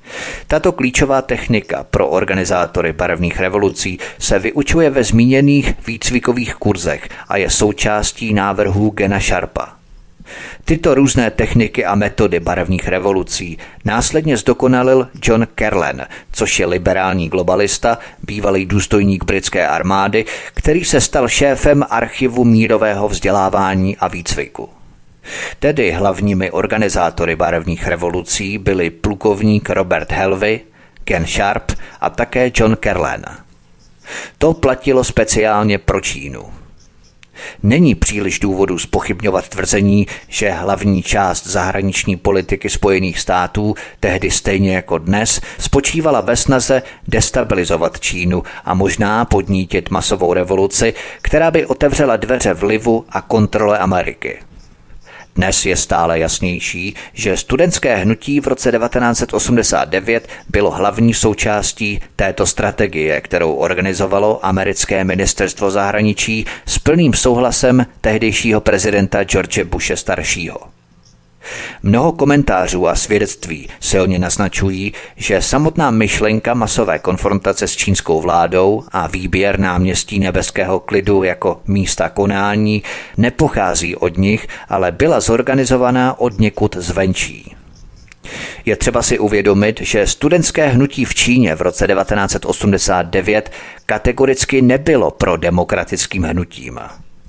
Tato klíčová technika pro organizátory barevných revolucí se vyučuje ve zmíněných výcvikových kurzech a je součástí návrhů Gena Sharpa. Tyto různé techniky a metody barevných revolucí následně zdokonalil John Carlin, což je liberální globalista, bývalý důstojník britské armády, který se stal šéfem archivu mírového vzdělávání a výcviku. Tedy hlavními organizátory barevných revolucí byli plukovník Robert Helvey, Gen Sharp a také John Carlin. To platilo speciálně pro Čínu. Není příliš důvodu zpochybňovat tvrzení, že hlavní část zahraniční politiky Spojených států, tehdy stejně jako dnes, spočívala ve snaze destabilizovat Čínu a možná podnítit masovou revoluci, která by otevřela dveře vlivu a kontrole Ameriky. Dnes je stále jasnější, že studentské hnutí v roce devatenáct set osmdesát devět bylo hlavní součástí této strategie, kterou organizovalo americké ministerstvo zahraničí s plným souhlasem tehdejšího prezidenta George Bushe staršího. Mnoho komentářů a svědectví silně naznačují, že samotná myšlenka masové konfrontace s čínskou vládou a výběr náměstí nebeského klidu jako místa konání nepochází od nich, ale byla zorganizovaná odněkud zvenčí. Je třeba si uvědomit, že studentské hnutí v Číně v roce devatenáct set osmdesát devět kategoricky nebylo pro demokratickým hnutím.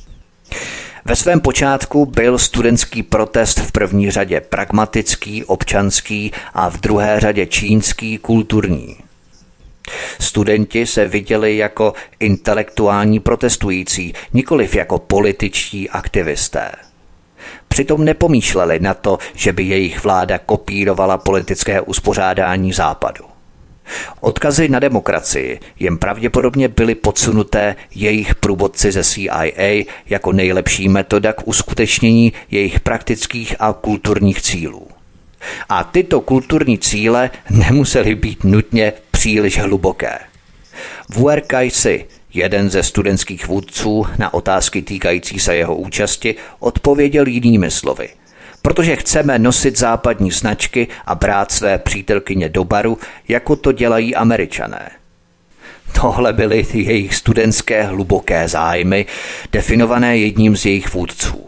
Ve svém počátku byl studentský protest v první řadě pragmatický, občanský a v druhé řadě čínský, kulturní. Studenti se viděli jako intelektuální protestující, nikoliv jako političtí aktivisté. Přitom nepomýšleli na to, že by jejich vláda kopírovala politické uspořádání Západu. Odkazy na demokracii jim pravděpodobně byly podsunuté jejich průvodci ze C I A jako nejlepší metoda k uskutečnění jejich praktických a kulturních cílů. A tyto kulturní cíle nemusely být nutně příliš hluboké. Wu Erkai-si, jeden ze studentských vůdců, na otázky týkající se jeho účasti odpověděl jinými slovy. Protože chceme nosit západní značky a brát své přítelkyně do baru, jako to dělají Američané. Tohle byly jejich studentské hluboké zájmy, definované jedním z jejich vůdců.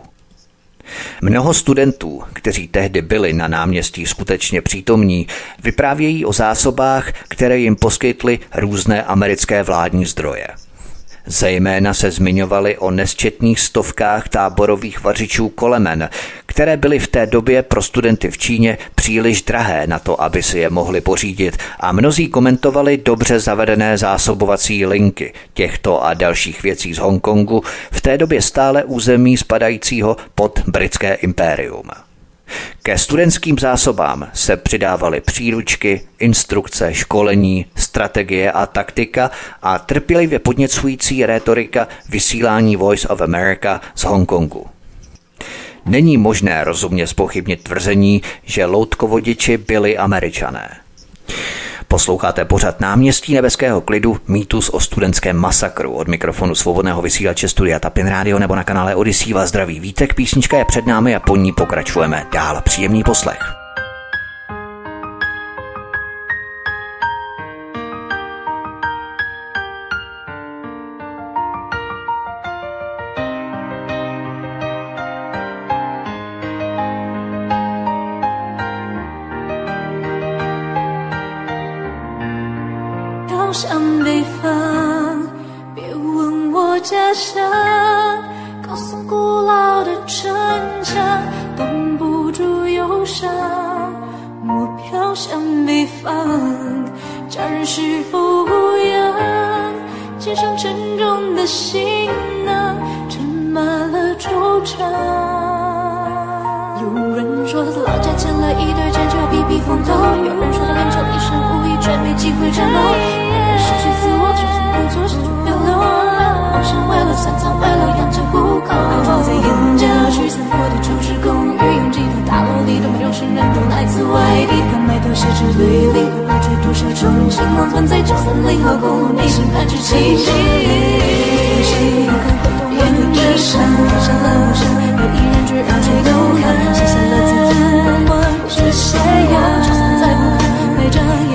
Mnoho studentů, kteří tehdy byli na náměstí skutečně přítomní, vyprávějí o zásobách, které jim poskytly různé americké vládní zdroje. Zejména se zmiňovali o nesčetných stovkách táborových vařičů kolemen, které byly v té době pro studenty v Číně příliš drahé na to, aby si je mohli pořídit, a mnozí komentovali dobře zavedené zásobovací linky těchto a dalších věcí z Hongkongu, v té době stále území spadajícího pod britské impérium. Ke studentským zásobám se přidávaly příručky, instrukce, školení, strategie a taktika a trpělivě podněcující rétorika vysílání Voice of America z Hongkongu. Není možné rozumně zpochybnit tvrzení, že loutkovodiči byli Američané. Posloucháte pořad Náměstí nebeského klidu, mýtus o studentském masakru. Od mikrofonu svobodného vysílače Studia Tapin Radio nebo na kanále Odyssey vás zdraví Vítek. Písnička je před námi a po ní pokračujeme dál. Příjemný poslech. 高山北方，别问我家乡，高耸古老的城墙，挡不住忧伤。我飘向北方，家人是否无恙？肩上沉重的行囊，盛满了惆怅。有人说老家捡了一对剑，就避避风头；有人说练成一身武艺，却没机会战斗。失去自我，就算不做，失去流流。梦想为了三餐，为了养家糊口。我在沿街去散步的旧式公寓，拥挤的大楼里的陌生人都来自外地，他埋头写着履历，会抱着多少憧憬，荒屯在这森林和公路内心盼着奇迹。沿着山，上了梦想，有一人追而追都看，写下了自己的梦，是斜阳，就算再不堪，陪着。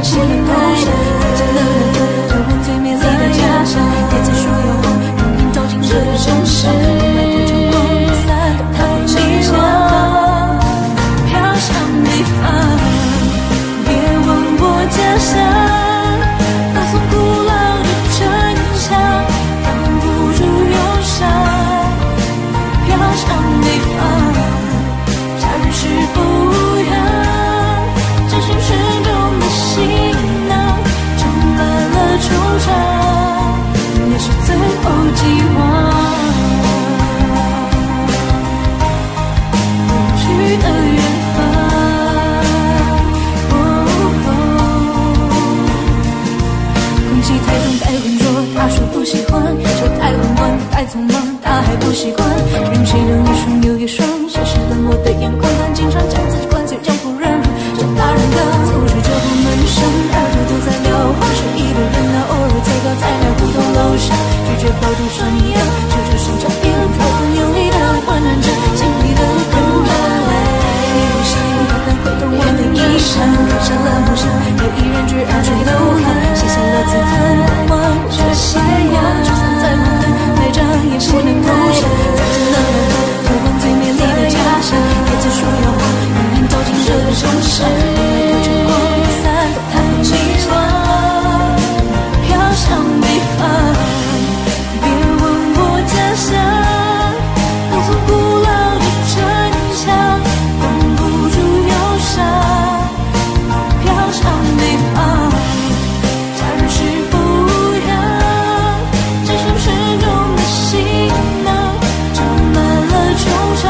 上，刻下了梦想，有一人居然追流浪，写下了自焚的梦，这些阳，就算再不肯带着眼神的投降，再见了永恒，回望最美丽的家乡，也曾说要我永远走进这个城市，有晨光离散，叹寂寞，飘向北方，别问我家乡，高耸古老的城墙，挡不住忧伤，飘向北方，假日是否无恙，这城市中的行囊盛满了惆怅，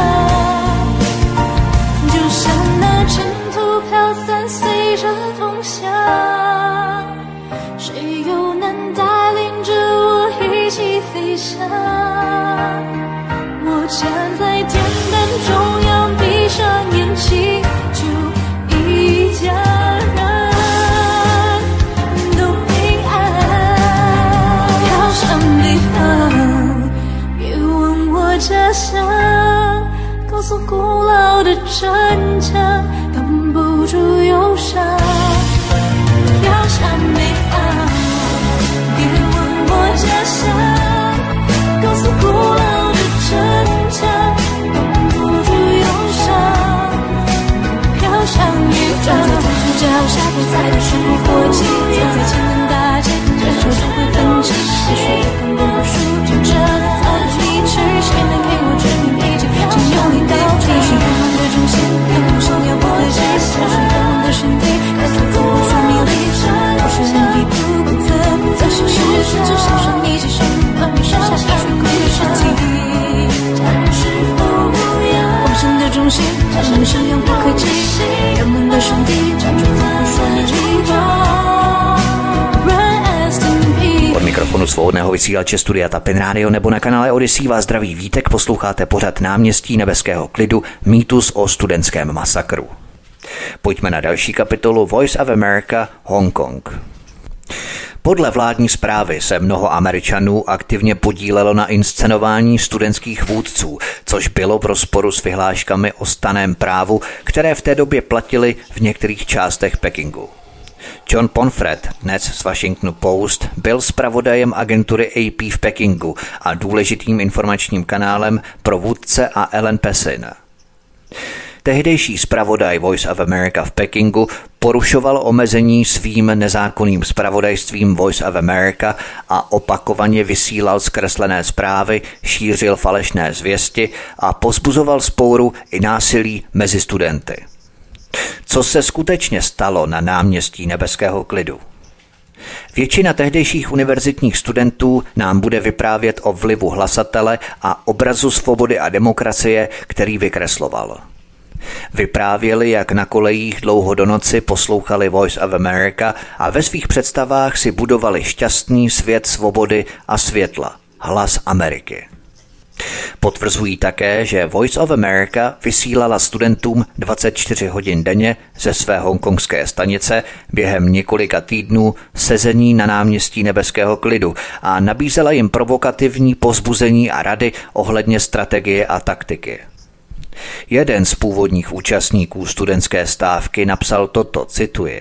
就像那尘土飘散随着风向，谁又能带领着我一起飞翔，我站在天灯中央，闭上眼睛就一家人都平安，飘向北方，别问我家乡，高耸古老的城墙，挡不住忧伤，飘向北方，别问我家乡，高耸古老的城墙，挡不住忧伤，飘向远方，站在天主脚下，不再的是火气，走在前门大街，看着手中会分歧，也许也看不书，就这早的离去，谁能给我指明一切，只有你到底，是愿望的中心，有梦想要不会解释，是愿望的身体，告诉自我说明理想，不是能力不管怎么在是事实，至少是你继续把你剩下一双孤的身体，家人是否无恙，梦想的中心，他们生养不可及，人们的身体，站住自我说明理想。 Od mikrofonu svobodného vysílače Studia Tapin Radio nebo na kanále Odyssey vás zdraví Vítek, posloucháte pořad Náměstí nebeského klidu, mýtus o studentském masakru. Pojďme na další kapitolu Voice of America, Hongkong. Podle vládní zprávy se mnoho Američanů aktivně podílelo na inscenování studentských vůdců, což bylo v rozporu s vyhláškami o stanném právu, které v té době platily v některých částech Pekingu. John Ponfret, dnes z Washington Post, byl zpravodajem agentury A P v Pekingu a důležitým informačním kanálem pro vůdce a Ellen Pesin. Tehdejší zpravodaj Voice of America v Pekingu porušoval omezení svým nezákonným zpravodajstvím Voice of America a opakovaně vysílal zkreslené zprávy, šířil falešné zvěsti a povzbuzoval vzpouru i násilí mezi studenty. Co se skutečně stalo na náměstí nebeského klidu? Většina tehdejších univerzitních studentů nám bude vyprávět o vlivu hlasatele a obrazu svobody a demokracie, který vykresloval. Vyprávěli, jak na kolejích dlouho do noci poslouchali Voice of America a ve svých představách si budovali šťastný svět svobody a světla, hlas Ameriky. Potvrzují také, že Voice of America vysílala studentům dvacet čtyři hodin denně ze své hongkongské stanice během několika týdnů sezení na náměstí nebeského klidu a nabízela jim provokativní povzbuzení a rady ohledně strategie a taktiky. Jeden z původních účastníků studentské stávky napsal toto, cituji.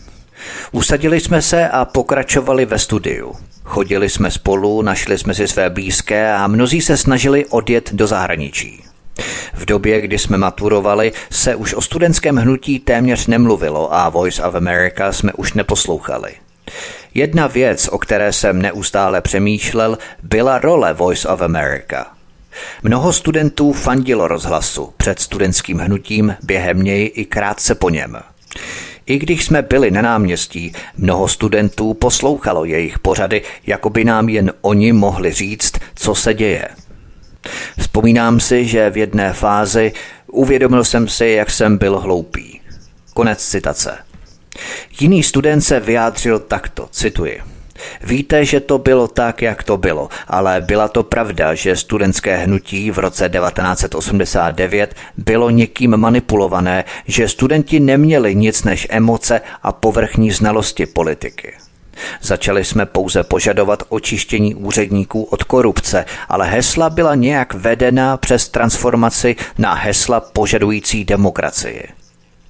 Usadili jsme se a pokračovali ve studiu. Chodili jsme spolu, našli jsme si své blízké a mnozí se snažili odjet do zahraničí. V době, kdy jsme maturovali, se už o studentském hnutí téměř nemluvilo a Voice of America jsme už neposlouchali. Jedna věc, o které jsem neustále přemýšlel, byla role Voice of America. Mnoho studentů fandilo rozhlasu před studentským hnutím, během něj i krátce po něm. I když jsme byli na náměstí, mnoho studentů poslouchalo jejich pořady, jako by nám jen oni mohli říct, co se děje. Vzpomínám si, že v jedné fázi uvědomil jsem si, jak jsem byl hloupý. Konec citace. Jiný student se vyjádřil takto, cituji. Víte, že to bylo tak, jak to bylo, ale byla to pravda, že studentské hnutí v roce devatenáct set osmdesát devět bylo někým manipulované, že studenti neměli nic než emoce a povrchní znalosti politiky. Začali jsme pouze požadovat očištění úředníků od korupce, ale hesla byla nějak vedena přes transformaci na hesla požadující demokracii.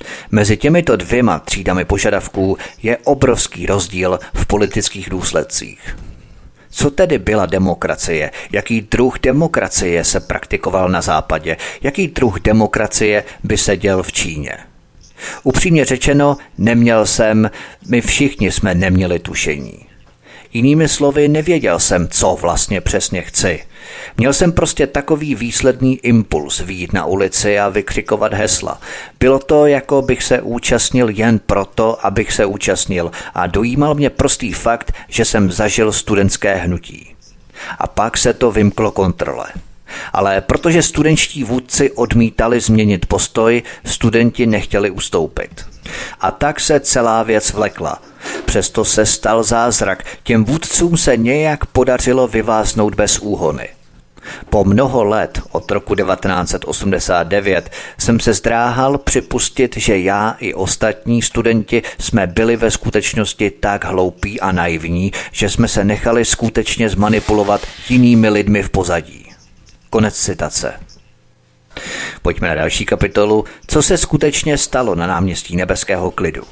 Mezi těmito dvěma třídami požadavků je obrovský rozdíl v politických důsledcích. Co tedy byla demokracie? Jaký druh demokracie se praktikoval na západě? Jaký druh demokracie by se děl v Číně? Upřímně řečeno, neměl jsem, my všichni jsme neměli tušení. Jinými slovy, nevěděl jsem, co vlastně přesně chci. Měl jsem prostě takový výsledný impuls vyjít na ulici a vykřikovat hesla. Bylo to, jako bych se účastnil jen proto, abych se účastnil, a dojímal mě prostý fakt, že jsem zažil studentské hnutí. A pak se to vymklo kontrole. Ale protože studentští vůdci odmítali změnit postoj, studenti nechtěli ustoupit. A tak se celá věc vlekla. Přesto se stal zázrak, těm vůdcům se nějak podařilo vyváznout bez úhony. Po mnoho let, od roku devatenáct set osmdesát devět, jsem se zdráhal připustit, že já i ostatní studenti jsme byli ve skutečnosti tak hloupí a naivní, že jsme se nechali skutečně zmanipulovat jinými lidmi v pozadí. Konec citace. Pojďme na další kapitolu, co se skutečně stalo na náměstí Nebeského klidu.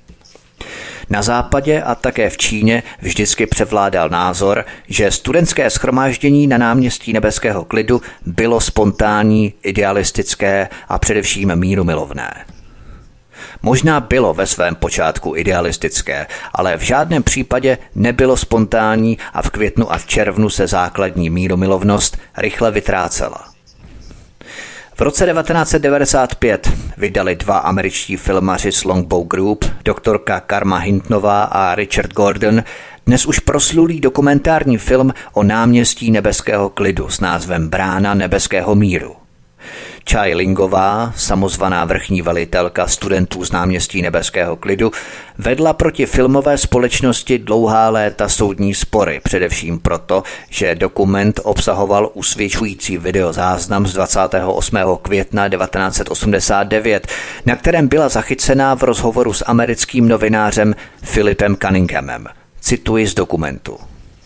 Na západě a také v Číně vždycky převládal názor, že studentské shromáždění na náměstí Nebeského klidu bylo spontánní, idealistické a především mírumilovné. Možná bylo ve svém počátku idealistické, ale v žádném případě nebylo spontánní a v květnu a v červnu se základní mírumilovnost rychle vytrácela. V roce devatenáct set devadesát pět vydali dva američtí filmaři z Longbow Group, doktorka Karma Hintonová a Richard Gordon, dnes už proslulý dokumentární film o náměstí Nebeského klidu s názvem Brána nebeského míru. Chai Lingová, samozvaná vrchní velitelka studentů z náměstí Nebeského klidu, vedla proti filmové společnosti dlouhá léta soudní spory, především proto, že dokument obsahoval usvědčující videozáznam z dvacátého osmého května devatenáct set osmdesát devět, na kterém byla zachycená v rozhovoru s americkým novinářem Philipem Cunninghamem. Cituji z dokumentu.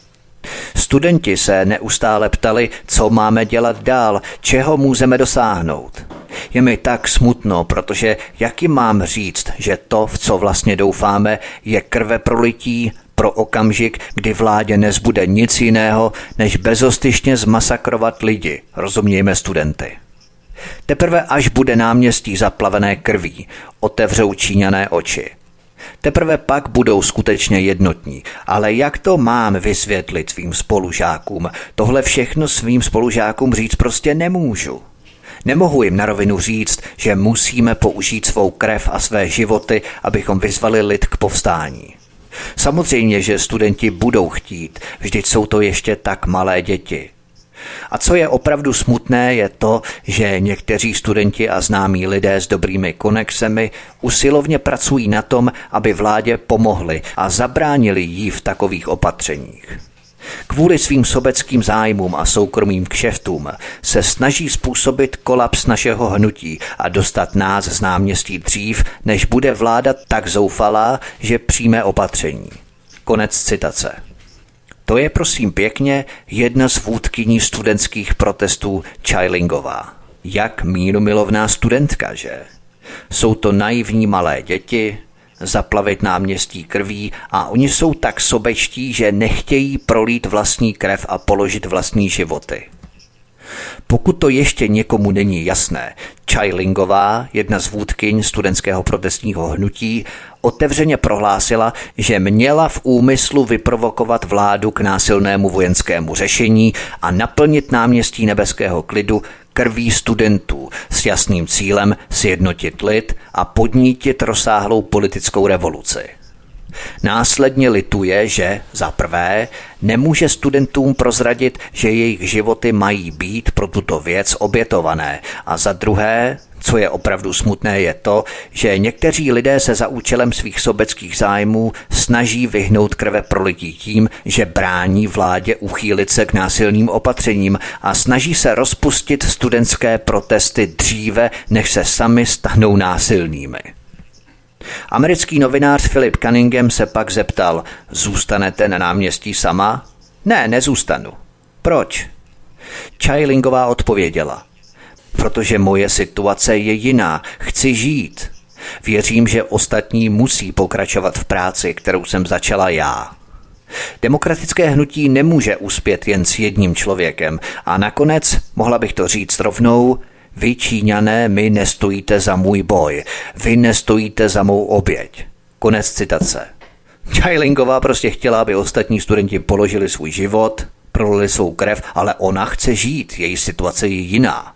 Studenti se neustále ptali, co máme dělat dál, čeho můžeme dosáhnout. Je mi tak smutno, protože jak jim mám říct, že to, v co vlastně doufáme, je krveprolití pro okamžik, kdy vládě nezbude nic jiného, než bezostyšně zmasakrovat lidi, rozumějme studenty. Teprve až bude náměstí zaplavené krví, otevřou Číňané oči. Teprve pak budou skutečně jednotní, ale jak to mám vysvětlit svým spolužákům? Tohle všechno svým spolužákům říct prostě nemůžu. Nemohu jim na rovinu říct, že musíme použít svou krev a své životy, abychom vyzvali lid k povstání. Samozřejmě, že studenti budou chtít, vždyť jsou to ještě tak malé děti. A co je opravdu smutné, je to, že někteří studenti a známí lidé s dobrými konexemi usilovně pracují na tom, aby vládě pomohli a zabránili jí v takových opatřeních. Kvůli svým sobeckým zájmům a soukromým kšeftům se snaží způsobit kolaps našeho hnutí a dostat nás z náměstí dřív, než bude vláda tak zoufalá, že přijme opatření. Konec citace. To je prosím pěkně jedna z vůdkyní studentských protestů Chai Lingová. Jak mírumilovná studentka, že? Jsou to naivní malé děti, zaplavit náměstí krví a oni jsou tak sobečtí, že nechtějí prolít vlastní krev a položit vlastní životy. Pokud to ještě někomu není jasné, Chai Lingová, jedna z vůdkyň studentského protestního hnutí, otevřeně prohlásila, že měla v úmyslu vyprovokovat vládu k násilnému vojenskému řešení a naplnit náměstí Nebeského klidu krví studentů s jasným cílem sjednotit lid a podnítit rozsáhlou politickou revoluci. Následně lituje, že za prvé nemůže studentům prozradit, že jejich životy mají být pro tuto věc obětované a za druhé, co je opravdu smutné, je to, že někteří lidé se za účelem svých sobeckých zájmů snaží vyhnout krveprolití tím, že brání vládě uchýlit se k násilným opatřením a snaží se rozpustit studentské protesty dříve, než se sami stanou násilnými. Americký novinář Philip Cunningham se pak zeptal, zůstanete na náměstí sama? Ne, nezůstanu. Proč? Chai Lingová odpověděla, protože moje situace je jiná, chci žít. Věřím, že ostatní musí pokračovat v práci, kterou jsem začala já. Demokratické hnutí nemůže uspět jen s jedním člověkem a nakonec, mohla bych to říct rovnou, vy Číňané, mi nestojíte za můj boj, vy nestojíte za mou oběť. Konec citace. Chai Lingová prostě chtěla, aby ostatní studenti položili svůj život, prolili svou krev, ale ona chce žít, její situace je jiná.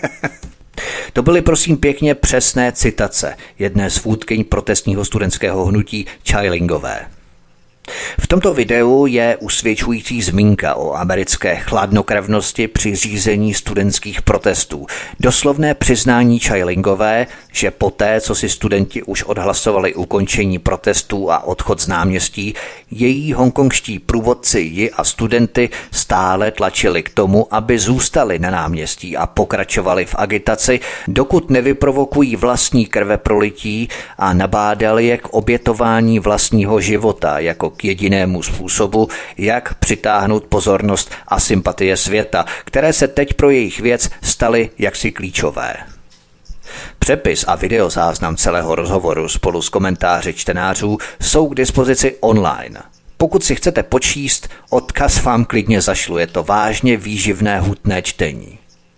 To byly prosím pěkně přesné citace jedné z vůdkyň protestního studentského hnutí Chai Lingové. V tomto videu je usvědčující zmínka o americké chladnokrevnosti při řízení studentských protestů. Doslovné přiznání Chai Lingové, že poté, co si studenti už odhlasovali ukončení protestů a odchod z náměstí, její hongkongští průvodci ji a studenty stále tlačili k tomu, aby zůstali na náměstí a pokračovali v agitaci, dokud nevyprovokují vlastní krveprolití a nabádali je k obětování vlastního života jako k jedinému způsobu, jak přitáhnout pozornost a sympatie světa, které se teď pro jejich věc staly jaksi klíčové. Přepis a videozáznam celého rozhovoru spolu s komentáři čtenářů jsou k dispozici online. Pokud si chcete počíst, odkaz vám klidně zašlu, je to vážně výživné hutné čtení.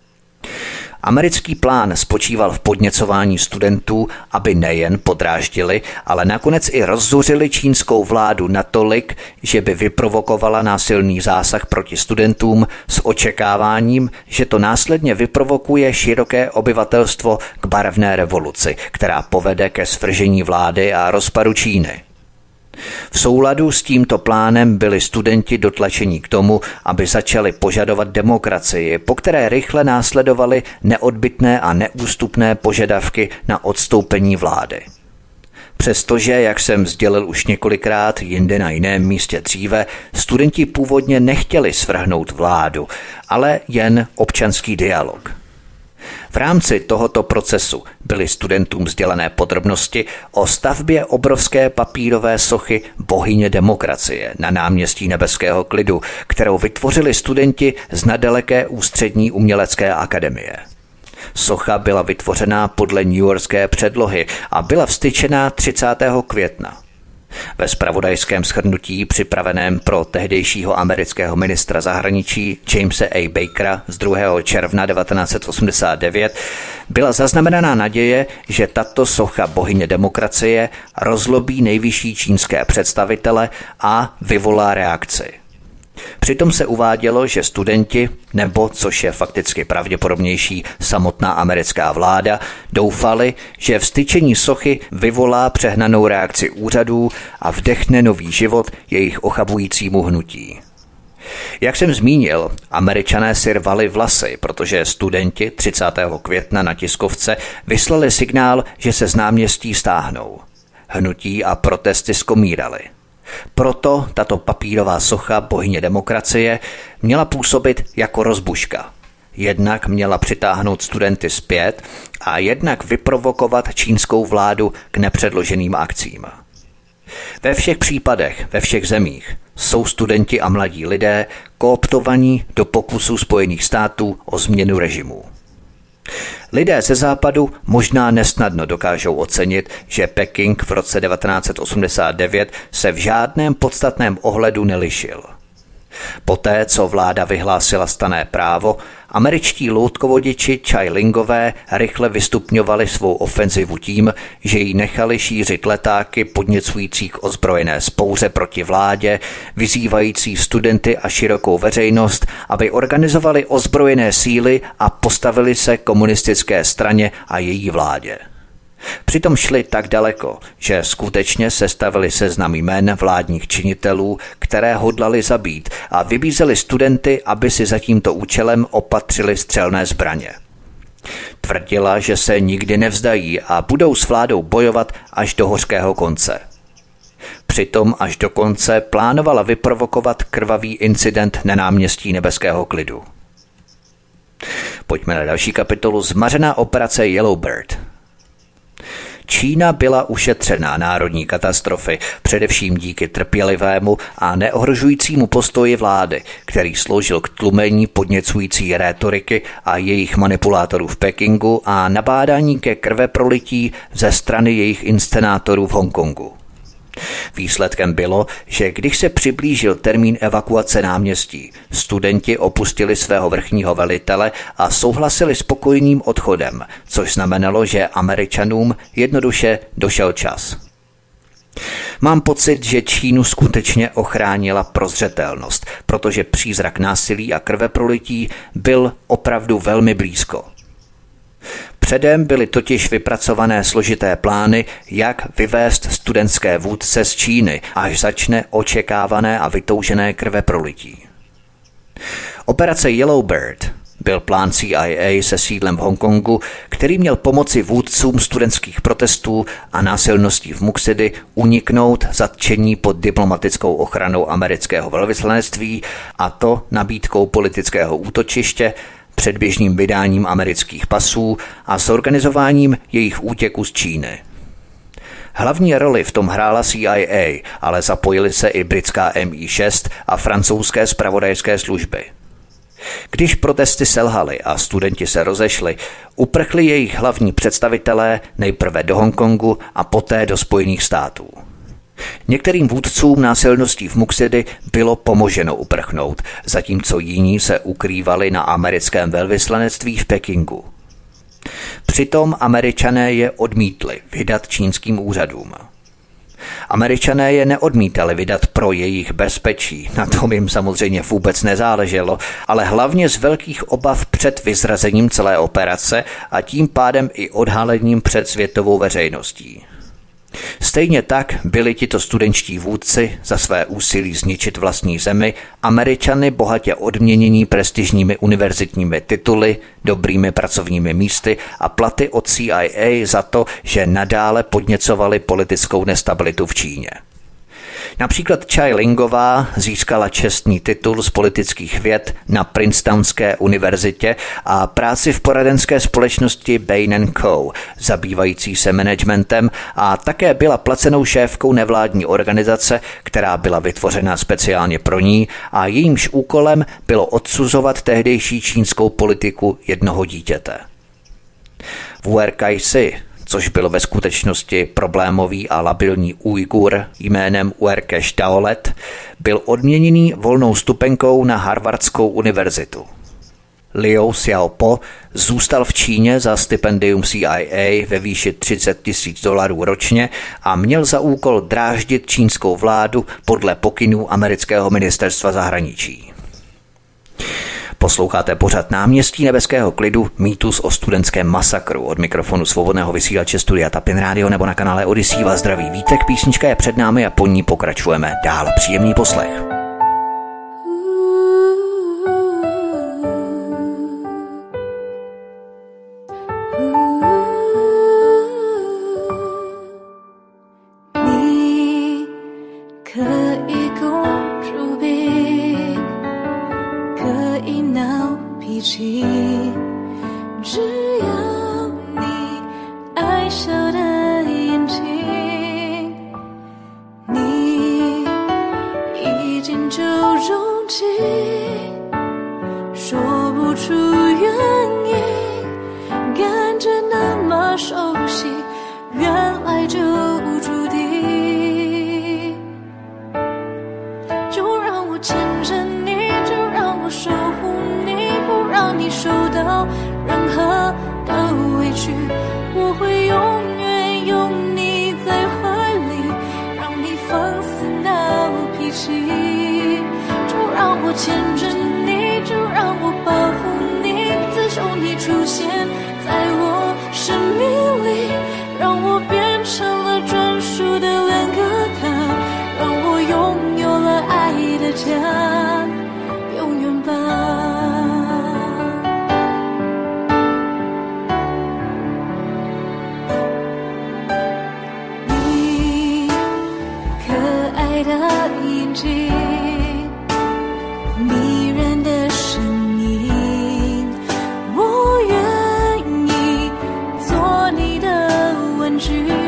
Americký plán spočíval v podněcování studentů, aby nejen podráždili, ale nakonec i rozzuřili čínskou vládu natolik, že by vyprovokovala násilný zásah proti studentům s očekáváním, že to následně vyprovokuje široké obyvatelstvo k barevné revoluci, která povede ke svržení vlády a rozpadu Číny. V souladu s tímto plánem byli studenti dotlačeni k tomu, aby začali požadovat demokracii, po které rychle následovaly neodbytné a neústupné požadavky na odstoupení vlády. Přestože, jak jsem sdělil už několikrát jinde na jiném místě dříve, studenti původně nechtěli svrhnout vládu, ale jen občanský dialog. V rámci tohoto procesu byly studentům sdělené podrobnosti o stavbě obrovské papírové sochy bohyně demokracie na náměstí Nebeského klidu, kterou vytvořili studenti z nedaleké ústřední umělecké akademie. Socha byla vytvořená podle newyorské předlohy a byla vztyčená třicátého května. Ve zpravodajském shrnutí připraveném pro tehdejšího amerického ministra zahraničí Jamese A. Bakera z druhého června devatenáct set osmdesát devět byla zaznamenaná naděje, že tato socha bohyně demokracie rozlobí nejvyšší čínské představitele a vyvolá reakci. Přitom se uvádělo, že studenti, nebo, což je fakticky pravděpodobnější, samotná americká vláda, doufali, že vztyčení sochy vyvolá přehnanou reakci úřadů a vdechne nový život jejich ochabujícímu hnutí. Jak jsem zmínil, Američané si rvali vlasy, protože studenti třicátého května na tiskovce vyslali signál, že se z náměstí stáhnou. Hnutí a protesty skomíraly. Proto tato papírová socha bohyně demokracie měla působit jako rozbuška. Jednak měla přitáhnout studenty zpět a jednak vyprovokovat čínskou vládu k nepředloženým akcím. Ve všech případech, ve všech zemích jsou studenti a mladí lidé kooptovaní do pokusů Spojených států o změnu režimu. Lidé ze západu možná nesnadno dokážou ocenit, že Peking v roce devatenáct set osmdesát devět se v žádném podstatném ohledu nelišil. Poté, co vláda vyhlásila stanné právo, američtí loutkovodiči Chai Lingové rychle vystupňovali svou ofenzivu tím, že jí nechali šířit letáky podněcující k ozbrojené vzpouře proti vládě, vyzývající studenty a širokou veřejnost, aby organizovali ozbrojené síly a postavili se komunistické straně a její vládě. Přitom šli tak daleko, že skutečně sestavili seznam jmen vládních činitelů, které hodlali zabít, a vybízeli studenty, aby si za tímto účelem opatřili střelné zbraně. Tvrdila, že se nikdy nevzdají a budou s vládou bojovat až do hořkého konce. Přitom až do konce plánovala vyprovokovat krvavý incident na náměstí Nebeského klidu. Pojďme na další kapitolu: Zmařená operace Yellowbird. Čína byla ušetřena národní katastrofy, především díky trpělivému a neohrožujícímu postoji vlády, který sloužil k tlumení podněcující rétoriky a jejich manipulátorů v Pekingu a nabádání ke krveprolití ze strany jejich inscenátorů v Hongkongu. Výsledkem bylo, že když se přiblížil termín evakuace náměstí, studenti opustili svého vrchního velitele a souhlasili s pokojným odchodem, což znamenalo, že Američanům jednoduše došel čas. Mám pocit, že Čínu skutečně ochránila prozřetelnost, protože přízrak násilí a krveprolití byl opravdu velmi blízko. Předem byly totiž vypracované složité plány, jak vyvést studentské vůdce z Číny, až začne očekávané a vytoužené krveprolití. Operace Yellowbird byl plán C I A se sídlem v Hongkongu, který měl pomoci vůdcům studentských protestů a násilností v Muxidi uniknout zatčení pod diplomatickou ochranou amerického velvyslanectví, a to nabídkou politického útočiště, předběžným vydáním amerických pasů a zorganizováním jejich útěku z Číny. Hlavní roli v tom hrála C I A, ale zapojily se i britská M I šest a francouzské zpravodajské služby. Když protesty selhaly a studenti se rozešli, uprchli jejich hlavní představitelé nejprve do Hongkongu a poté do Spojených států. Některým vůdcům násilností v Muxidi bylo pomoženo uprchnout, zatímco jiní se ukrývali na americkém velvyslanectví v Pekingu. Přitom Američané je odmítli vydat čínským úřadům. Američané je neodmítali vydat pro jejich bezpečí, na tom jim samozřejmě vůbec nezáleželo, ale hlavně z velkých obav před vyzrazením celé operace a tím pádem i odhalením před světovou veřejností. Stejně tak byli tito studentští vůdci za své úsilí zničit vlastní zemi Američany bohatě odměnění prestižními univerzitními tituly, dobrými pracovními místy a platy od C I A za to, že nadále podněcovali politickou nestabilitu v Číně. Například Chai Lingová získala čestný titul z politických věd na Princetonské univerzitě a práci v poradenské společnosti Bain and Co., zabývající se managementem, a také byla placenou šéfkou nevládní organizace, která byla vytvořena speciálně pro ní a jejímž úkolem bylo odsuzovat tehdejší čínskou politiku jednoho dítěte. Wu Erkai-si, což byl ve skutečnosti problémový a labilní Ujgur jménem Urkesh Daolet, byl odměněný volnou stupenkou na Harvardskou univerzitu. Liu Xiaopo zůstal v Číně za stipendium C I A ve výši třicet tisíc dolarů ročně a měl za úkol dráždit čínskou vládu podle pokynů amerického ministerstva zahraničí. Posloucháte pořad Náměstí nebeského klidu, mýtus o studentském masakru. Od mikrofonu svobodného vysílače Studia Tapin Radio nebo na kanále Odyssey vás zdraví Vítek. Písnička je před námi a po ní pokračujeme dál. Příjemný poslech. you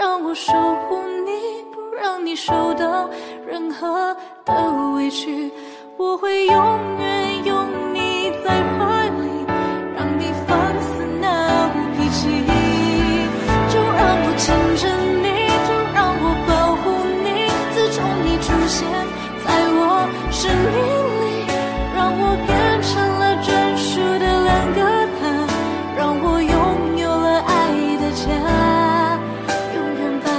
让我守护你，不让你受到任何的委屈，我会永远拥你在怀里，让你放肆那无脾气，就让我牵着你，就让我保护你，自从你出现在我生命里，让我变成了专属的两个他，让我拥有了爱的家，永远吧。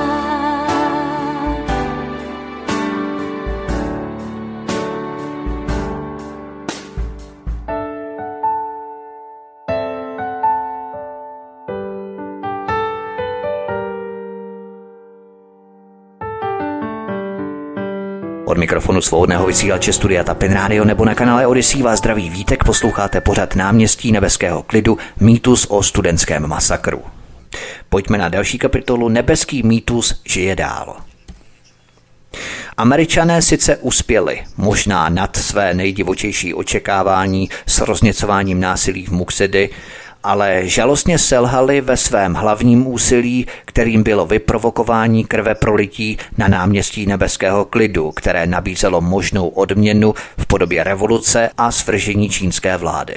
Od mikrofonu svobodného vysílače Studia Tapin Radio nebo na kanále Odyssey vás zdraví Vítek, posloucháte pořad Náměstí nebeského klidu, mýtus o studentském masakru. Pojďme na další kapitolu. Nebeský mýtus žije dál. Američané sice uspěli, možná nad své nejdivočejší očekávání s rozněcováním násilí v Muxidi, ale žalostně selhali ve svém hlavním úsilí, kterým bylo vyprovokování krveprolití na náměstí nebeského klidu, které nabízelo možnou odměnu v podobě revoluce a svržení čínské vlády.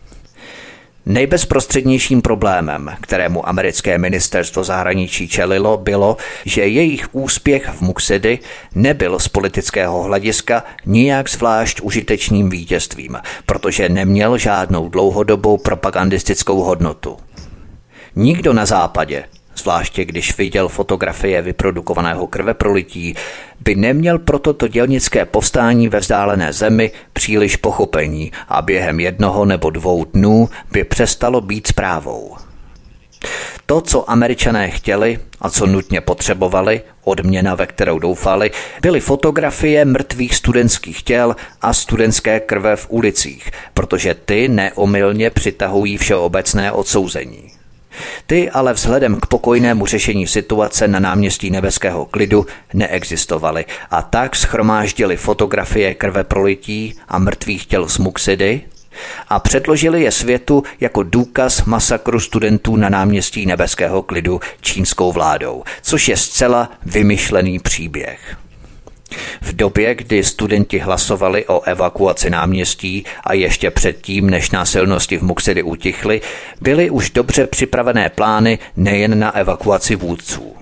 Nejbezprostřednějším problémem, kterému americké ministerstvo zahraničí čelilo, bylo, že jejich úspěch v Muxidi nebyl z politického hlediska nijak zvlášť užitečným vítězstvím, protože neměl žádnou dlouhodobou propagandistickou hodnotu. Nikdo na západě, zvláště když viděl fotografie vyprodukovaného krveprolití, by neměl pro toto dělnické povstání ve vzdálené zemi příliš pochopení a během jednoho nebo dvou dnů by přestalo být zprávou. To, co Američané chtěli a co nutně potřebovali, odměna, ve kterou doufali, byly fotografie mrtvých studentských těl a studentské krve v ulicích, protože ty neomylně přitahují všeobecné odsouzení. Ty ale vzhledem k pokojnému řešení situace na náměstí nebeského klidu neexistovaly a tak shromáždili fotografie krveprolití a mrtvých těl z Muxidi a předložili je světu jako důkaz masakru studentů na náměstí nebeského klidu čínskou vládou, což je zcela vymyšlený příběh. V době, kdy studenti hlasovali o evakuaci náměstí a ještě předtím, než násilnosti v Muxidi utichly, byly už dobře připravené plány nejen na evakuaci vůdců.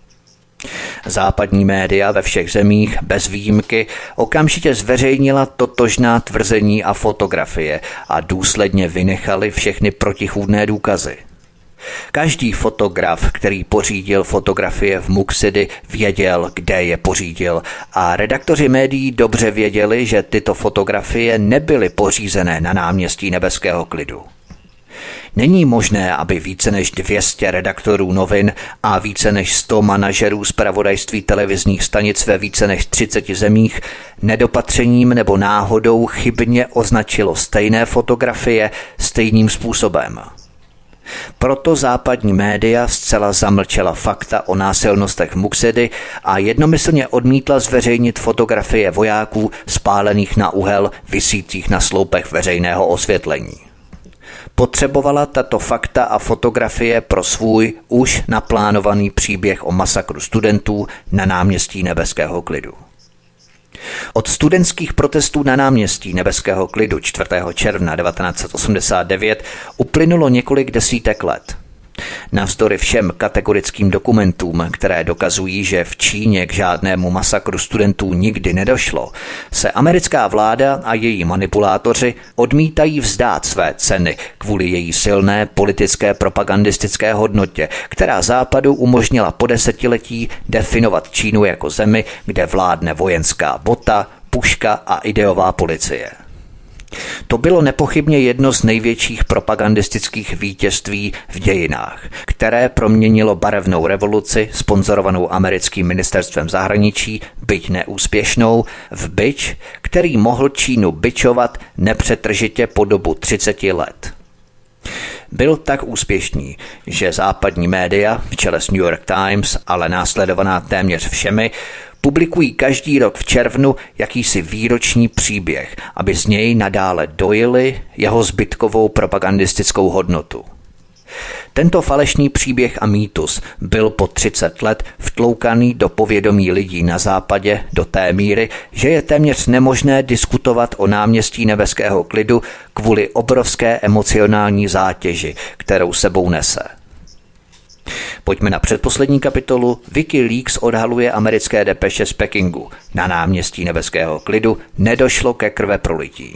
Západní média ve všech zemích bez výjimky okamžitě zveřejnila totožná tvrzení a fotografie a důsledně vynechali všechny protichůdné důkazy. Každý fotograf, který pořídil fotografie v Muxidi, věděl, kde je pořídil a redaktoři médií dobře věděli, že tyto fotografie nebyly pořízené na náměstí nebeského klidu. Není možné, aby více než dvě stě redaktorů novin a více než sto manažerů zpravodajství televizních stanic ve více než třiceti zemích nedopatřením nebo náhodou chybně označilo stejné fotografie stejným způsobem. Proto západní média zcela zamlčela fakta o násilnostech v Muxidi a jednomyslně odmítla zveřejnit fotografie vojáků spálených na uhel visících na sloupech veřejného osvětlení. Potřebovala tato fakta a fotografie pro svůj už naplánovaný příběh o masakru studentů na náměstí nebeského klidu. Od studentských protestů na náměstí nebeského klidu čtvrtého června devatenáct set osmdesát devět uplynulo několik desítek let. Navzdory všem kategorickým dokumentům, které dokazují, že v Číně k žádnému masakru studentů nikdy nedošlo, se americká vláda a její manipulátoři odmítají vzdát své ceny kvůli její silné politické propagandistické hodnotě, která Západu umožnila po desetiletí definovat Čínu jako zemi, kde vládne vojenská bota, puška a ideová policie. To bylo nepochybně jedno z největších propagandistických vítězství v dějinách, které proměnilo barevnou revoluci sponzorovanou americkým ministerstvem zahraničí, byť neúspěšnou, v bič, který mohl Čínu bičovat nepřetržitě po dobu třiceti let. Byl tak úspěšný, že západní média, v čele s New York Times, ale následovaná téměř všemi, publikují každý rok v červnu jakýsi výroční příběh, aby z něj nadále dojili jeho zbytkovou propagandistickou hodnotu. Tento falešný příběh a mýtus byl po třicet let vtloukaný do povědomí lidí na západě do té míry, že je téměř nemožné diskutovat o náměstí Nebeského klidu kvůli obrovské emocionální zátěži, kterou sebou nese. Pojďme na předposlední kapitolu. WikiLeaks odhaluje americké depeše z Pekingu. Na náměstí Nebeského klidu nedošlo ke krveprolití.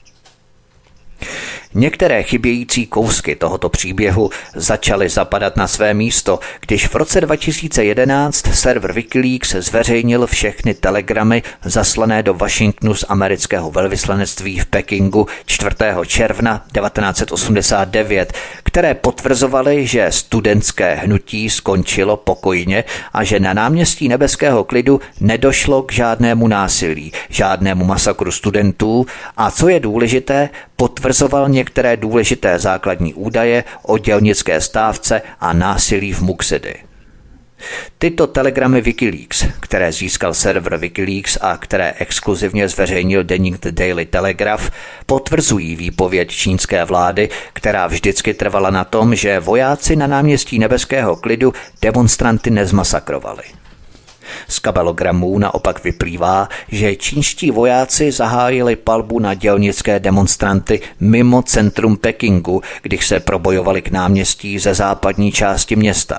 Některé chybějící kousky tohoto příběhu začaly zapadat na své místo, když v roce dva tisíce jedenáct server WikiLeaks zveřejnil všechny telegramy zaslané do Washingtonu z amerického velvyslanectví v Pekingu čtvrtého června devatenáct set osmdesát devět, které potvrzovaly, že studentské hnutí skončilo pokojně a že na náměstí Nebeského klidu nedošlo k žádnému násilí, žádnému masakru studentů a co je důležité, potvrzoval některé důležité základní údaje o dělnické stávce a násilí v Muxidi. Tyto telegramy WikiLeaks, které získal server WikiLeaks a které exkluzivně zveřejnil deník The Daily Telegraph, potvrzují výpověď čínské vlády, která vždycky trvala na tom, že vojáci na náměstí Nebeského klidu demonstranty nezmasakrovali. Z kabelogramů naopak vyplývá, že čínští vojáci zahájili palbu na dělnické demonstranty mimo centrum Pekingu, když se probojovali k náměstí ze západní části města.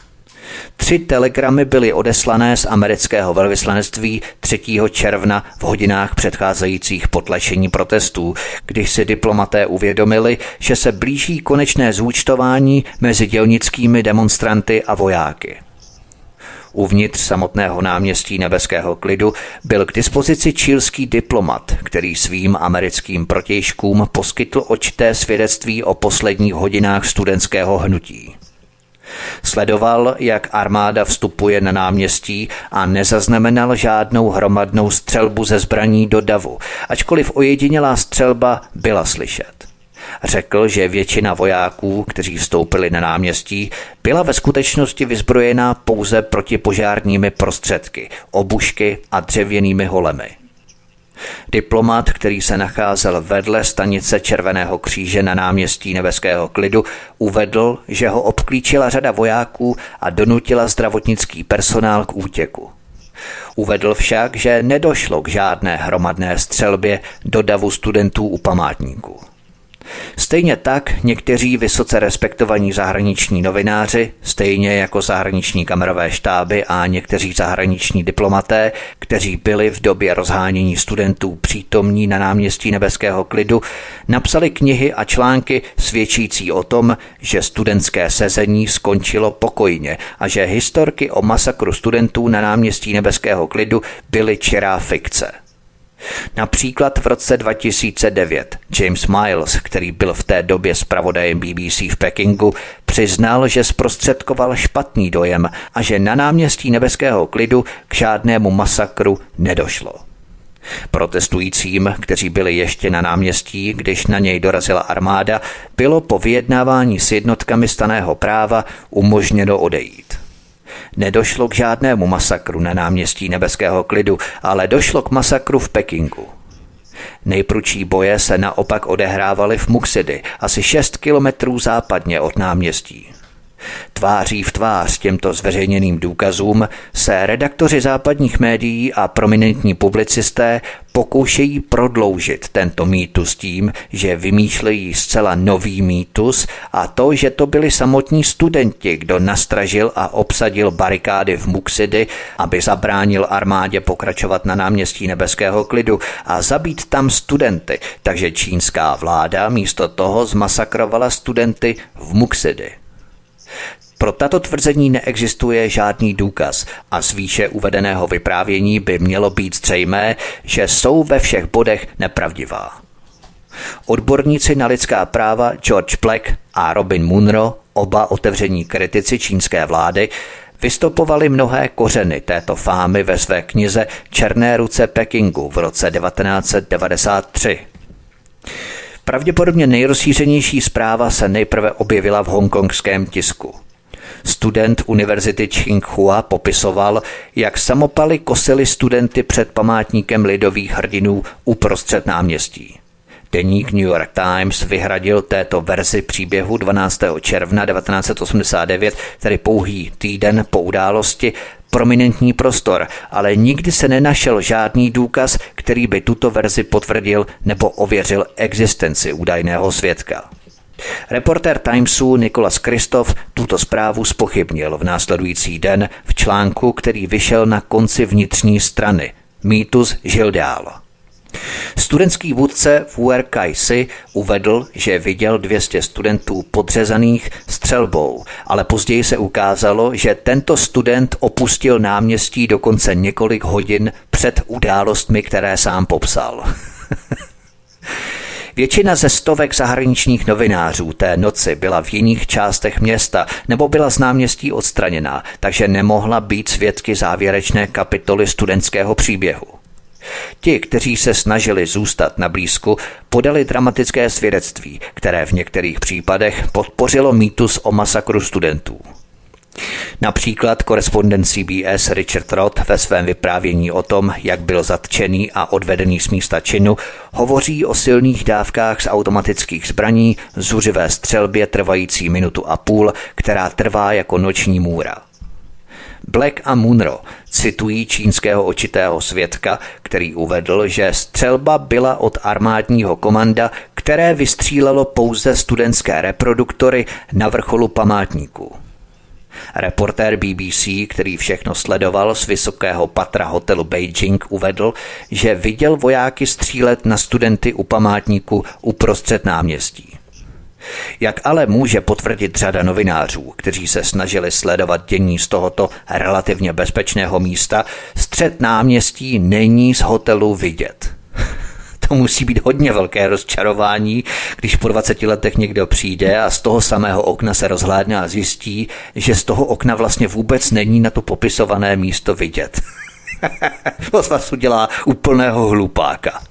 Tři telegramy byly odeslané z amerického velvyslanectví třetího června v hodinách předcházejících potlačení protestů, když si diplomaté uvědomili, že se blíží konečné zúčtování mezi dělnickými demonstranty a vojáky. Uvnitř samotného náměstí Nebeského klidu byl k dispozici chilský diplomat, který svým americkým protějškům poskytl očité svědectví o posledních hodinách studentského hnutí. Sledoval, jak armáda vstupuje na náměstí a nezaznamenal žádnou hromadnou střelbu ze zbraní do davu, ačkoliv ojedinělá střelba byla slyšet. Řekl, že většina vojáků, kteří vstoupili na náměstí, byla ve skutečnosti vyzbrojená pouze protipožárními prostředky, obušky a dřevěnými holemi. Diplomat, který se nacházel vedle stanice Červeného kříže na náměstí Nebeského klidu, uvedl, že ho obklíčila řada vojáků a donutila zdravotnický personál k útěku. Uvedl však, že nedošlo k žádné hromadné střelbě do davu studentů u památníku. Stejně tak někteří vysoce respektovaní zahraniční novináři, stejně jako zahraniční kamerové štáby a někteří zahraniční diplomaté, kteří byli v době rozhánění studentů přítomní na náměstí Nebeského klidu, napsali knihy a články svědčící o tom, že studentské sezení skončilo pokojně a že historky o masakru studentů na náměstí Nebeského klidu byly čirá fikce. Například v roce dva tisíce devět James Miles, který byl v té době zpravodajem B B C v Pekingu, přiznal, že zprostředkoval špatný dojem a že na náměstí Nebeského klidu k žádnému masakru nedošlo. Protestujícím, kteří byli ještě na náměstí, když na něj dorazila armáda, bylo po vyjednávání s jednotkami stanného práva umožněno odejít. Nedošlo k žádnému masakru na náměstí Nebeského klidu, ale došlo k masakru v Pekingu. Nejprudší boje se naopak odehrávaly v Muxidi, asi šest kilometrů západně od náměstí. Tváří v tvář těmto zveřejněným důkazům se redaktoři západních médií a prominentní publicisté pokoušejí prodloužit tento mýtus tím, že vymýšlejí zcela nový mýtus a to, že to byli samotní studenti, kdo nastražil a obsadil barikády v Muxidi, aby zabránil armádě pokračovat na náměstí Nebeského klidu a zabít tam studenty, takže čínská vláda místo toho zmasakrovala studenty v Muxidi. Pro tato tvrzení neexistuje žádný důkaz a z výše uvedeného vyprávění by mělo být zřejmé, že jsou ve všech bodech nepravdivá. Odborníci na lidská práva George Black a Robin Munro, oba otevření kritici čínské vlády, vystopovali mnohé kořeny této fámy ve své knize Černé ruce Pekingu v roce devatenáct set devadesát tři. Pravděpodobně nejrozšířenější zpráva se nejprve objevila v hongkongském tisku. Student univerzity Tsinghua popisoval, jak samopaly kosili studenty před památníkem lidových hrdinů uprostřed náměstí. Deník New York Times vyhradil této verzi příběhu dvanáctého června devatenáct set osmdesát devět, tedy pouhý týden po události, prominentní prostor, ale nikdy se nenašel žádný důkaz, který by tuto verzi potvrdil nebo ověřil existenci údajného svědka. Reportér Timesu Nicholas Kristof tuto zprávu zpochybnil v následující den v článku, který vyšel na konci vnitřní strany. Mýtus žil dál. Studentský vůdce Wu Kai-si uvedl, že viděl dvě stě studentů podřezaných střelbou, ale později se ukázalo, že tento student opustil náměstí dokonce několik hodin před událostmi, které sám popsal. Většina ze stovek zahraničních novinářů té noci byla v jiných částech města nebo byla z náměstí odstraněná, takže nemohla být svědky závěrečné kapitoly studentského příběhu. Ti, kteří se snažili zůstat na blízku, podali dramatické svědectví, které v některých případech podpořilo mýtus o masakru studentů. Například korespondent C B S Richard Roth ve svém vyprávění o tom, jak byl zatčený a odvedený z místa činu, hovoří o silných dávkách z automatických zbraní, zuřivé střelbě trvající minutu a půl, která trvá jako noční můra. Black a Munro citují čínského očitého svědka, který uvedl, že střelba byla od armádního komanda, které vystřílelo pouze studentské reproduktory na vrcholu památníku. Reportér B B C, který všechno sledoval z vysokého patra hotelu Beijing, uvedl, že viděl vojáky střílet na studenty u památníku uprostřed náměstí. Jak ale může potvrdit řada novinářů, kteří se snažili sledovat dění z tohoto relativně bezpečného místa, střed náměstí není z hotelu vidět. To musí být hodně velké rozčarování, když po dvaceti letech někdo přijde a z toho samého okna se rozhlédne a zjistí, že z toho okna vlastně vůbec není na to popisované místo vidět. To z vás udělá úplného hlupáka.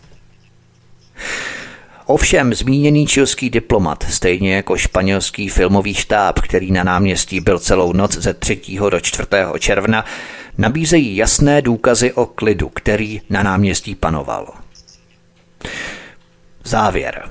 Ovšem zmíněný chilský diplomat, stejně jako španělský filmový štáb, který na náměstí byl celou noc ze třetího do čtvrtého června, nabízejí jasné důkazy o klidu, který na náměstí panoval. Závěr.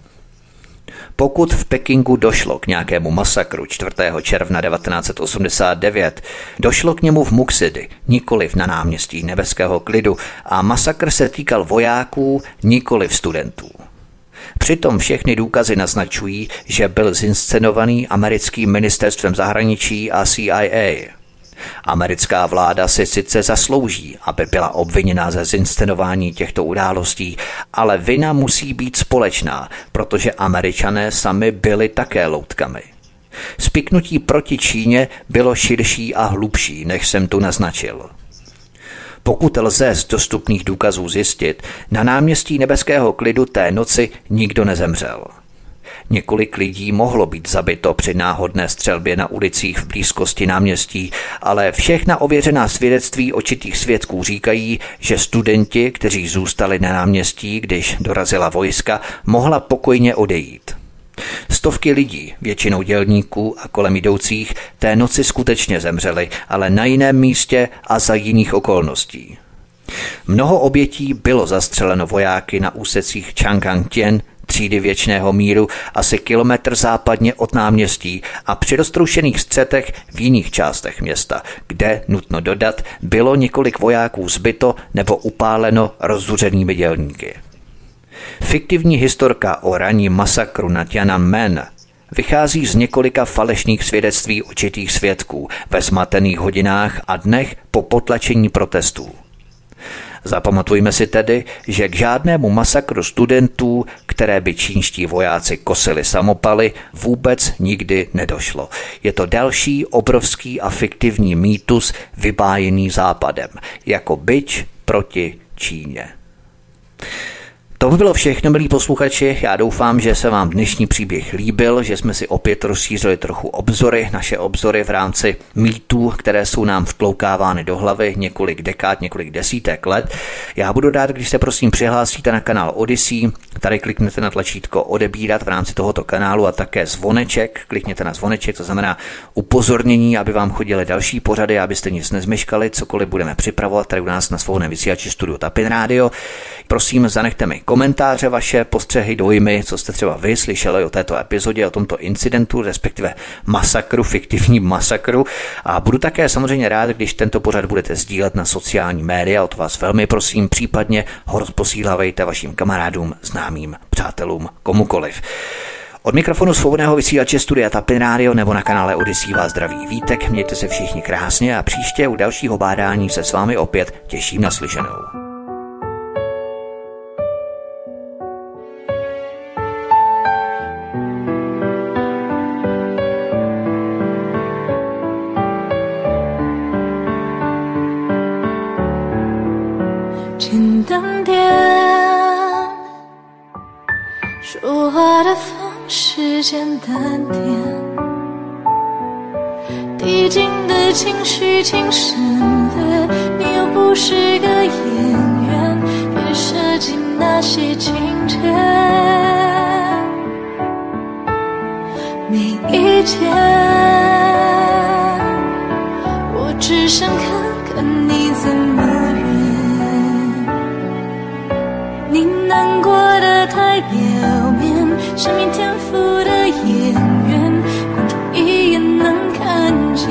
Pokud v Pekingu došlo k nějakému masakru čtvrtého června devatenáct set osmdesát devět, došlo k němu v Muxidi, nikoliv na náměstí nebeského klidu, a masakr se týkal vojáků, nikoliv studentů. Přitom všechny důkazy naznačují, že byl zinscenovaný americkým ministerstvem zahraničí a C I A. Americká vláda si sice zaslouží, aby byla obviněna ze zinscenování těchto událostí, ale vina musí být společná, protože Američané sami byli také loutkami. Spiknutí proti Číně bylo širší a hlubší, než jsem tu naznačil. Pokud lze z dostupných důkazů zjistit, na náměstí nebeského klidu té noci nikdo nezemřel. Několik lidí mohlo být zabito při náhodné střelbě na ulicích v blízkosti náměstí, ale všechna ověřená svědectví očitých svědků říkají, že studenti, kteří zůstali na náměstí, když dorazila vojska, mohla pokojně odejít. Stovky lidí, většinou dělníků a kolem jdoucích, té noci skutečně zemřeli, ale na jiném místě a za jiných okolností. Mnoho obětí bylo zastřeleno vojáky na úsecích Chang'an-tien, třídy věčného míru, asi kilometr západně od náměstí, a při roztroušených střetech v jiných částech města, kde, nutno dodat, bylo několik vojáků zbyto nebo upáleno rozzuřenými dělníky. Fiktivní historka o ranním masakru na Tiananmen vychází z několika falešných svědectví očitých svědků ve zmatených hodinách a dnech po potlačení protestů. Zapamatujme si tedy, že k žádnému masakru studentů, které by čínští vojáci kosili samopaly, vůbec nikdy nedošlo. Je to další obrovský a fiktivní mýtus vybájený Západem, jako bič proti Číně. To by bylo všechno, milí posluchači. Já doufám, že se vám dnešní příběh líbil, že jsme si opět rozšířili trochu obzory, naše obzory v rámci mýtů, které jsou nám vtloukávány do hlavy několik dekád, několik desítek let. Já budu rád, když se prosím přihlásíte na kanál Odyssey, tady kliknete na tlačítko odebírat v rámci tohoto kanálu a také zvoneček, klikněte na zvoneček, to znamená upozornění, aby vám chodily další pořady, abyste nic nezmeškali, cokoliv budeme připravovat tady u nás na Svobodném vysílači Studio Tapin Radio. Prosím, zanechte mi komentáře, vaše postřehy, dojmy, co jste třeba vy slyšeli o této epizodě, o tomto incidentu, respektive masakru, fiktivní masakru. A budu také samozřejmě rád, když tento pořad budete sdílet na sociální média, o to vás velmi prosím, případně ho rozposílávejte vašim kamarádům, známým, přátelům, komukoliv. Od mikrofonu Svobodného vysílače Studia Tapin Radio nebo na kanále Odyssey vás zdraví Vítek, mějte se všichni krásně a příště u dalšího bádání se s vámi opět těším na slyšenou. Phim 是简单点，递进的情绪请省略，你又不是个演员，别设计那些情节。每一天，我只想看看你怎么圆。你难过的太表面，生命天赋的演员，观众一眼能看见。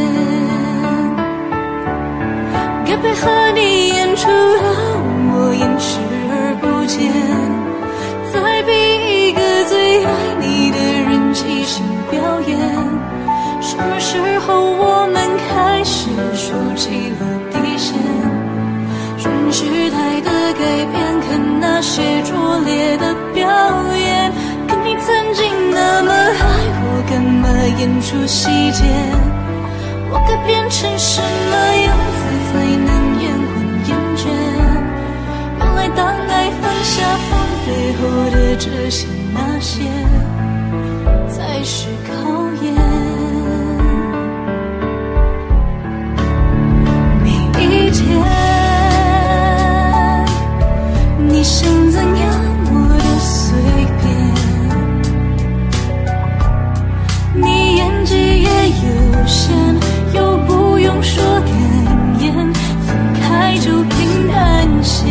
该配合你演出的我演视而不见，再逼一个最爱你的人即兴表演。什么时候我们开始说起了底线？顺时代的改变，看那些拙劣的表演。可你曾经那么爱我，干嘛演出细节？我该变成什么样子才能延缓厌倦？原来当爱放下放背后的这些那些，才是考验。每一天，你想怎样我都随便，你演技也有限，又不用说感言，分开就平淡些。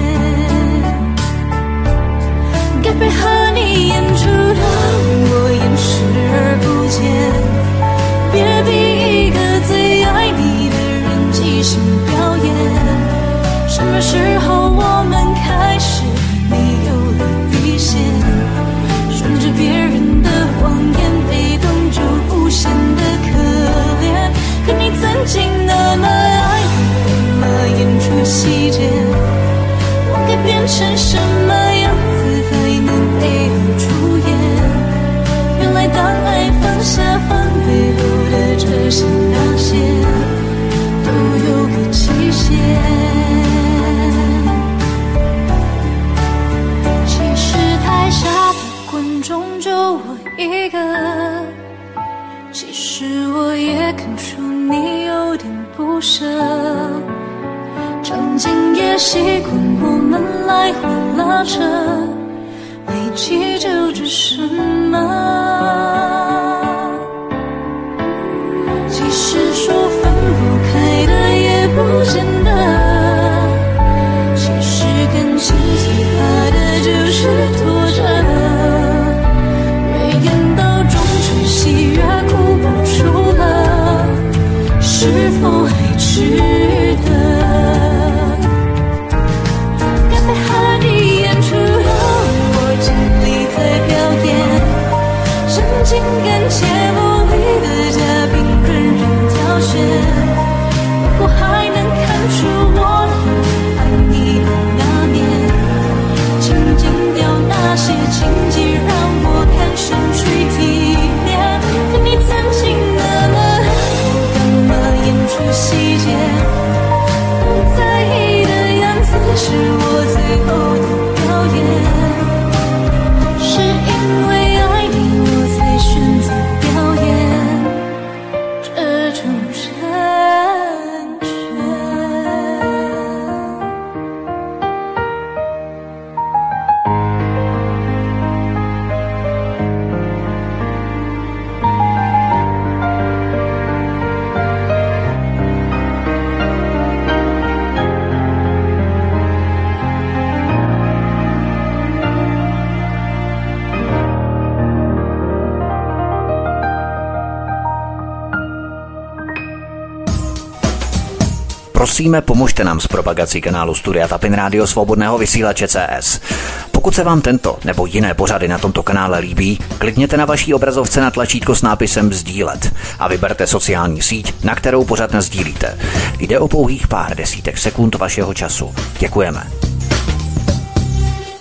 该配合你演出的我演视而不见，别逼一个最爱你的人即兴表演。什么时候我们开始没有了底线？顺着别人的谎言，被动就不显得可怜。可你曾经那么爱我，干嘛演出细节？我该变成什么样子才能配合出演？原来当爱放下放背后的这些那些，都有个期限。台下的观众就我一个，其实我也看出你有点不舍。场景也习惯我们来回拉扯，没气就只什么。其实说分不开的也不见得，其实感情最怕的就是拖着，越演到中场戏越哭不出了，是否还值得？该配合你演出的我尽力在表演，真情感节目里的嘉宾任人挑选。如果还能看出我有爱你的那面，请剪掉那些情节，让我看上去体面。可你曾经那么爱我，干嘛演出细节？不在意的样子是我最后的表演，是因为爱你我才选择表演这种成全。 Prosíme, pomožte nám s propagací kanálu Studia Tapin Rádio Svobodného vysílače C S. Pokud se vám tento nebo jiné pořady na tomto kanále líbí, klikněte na vaší obrazovce na tlačítko s nápisem sdílet a vyberte sociální síť, na kterou pořad nasdílíte. Jde o pouhých pár desítek sekund vašeho času. Děkujeme.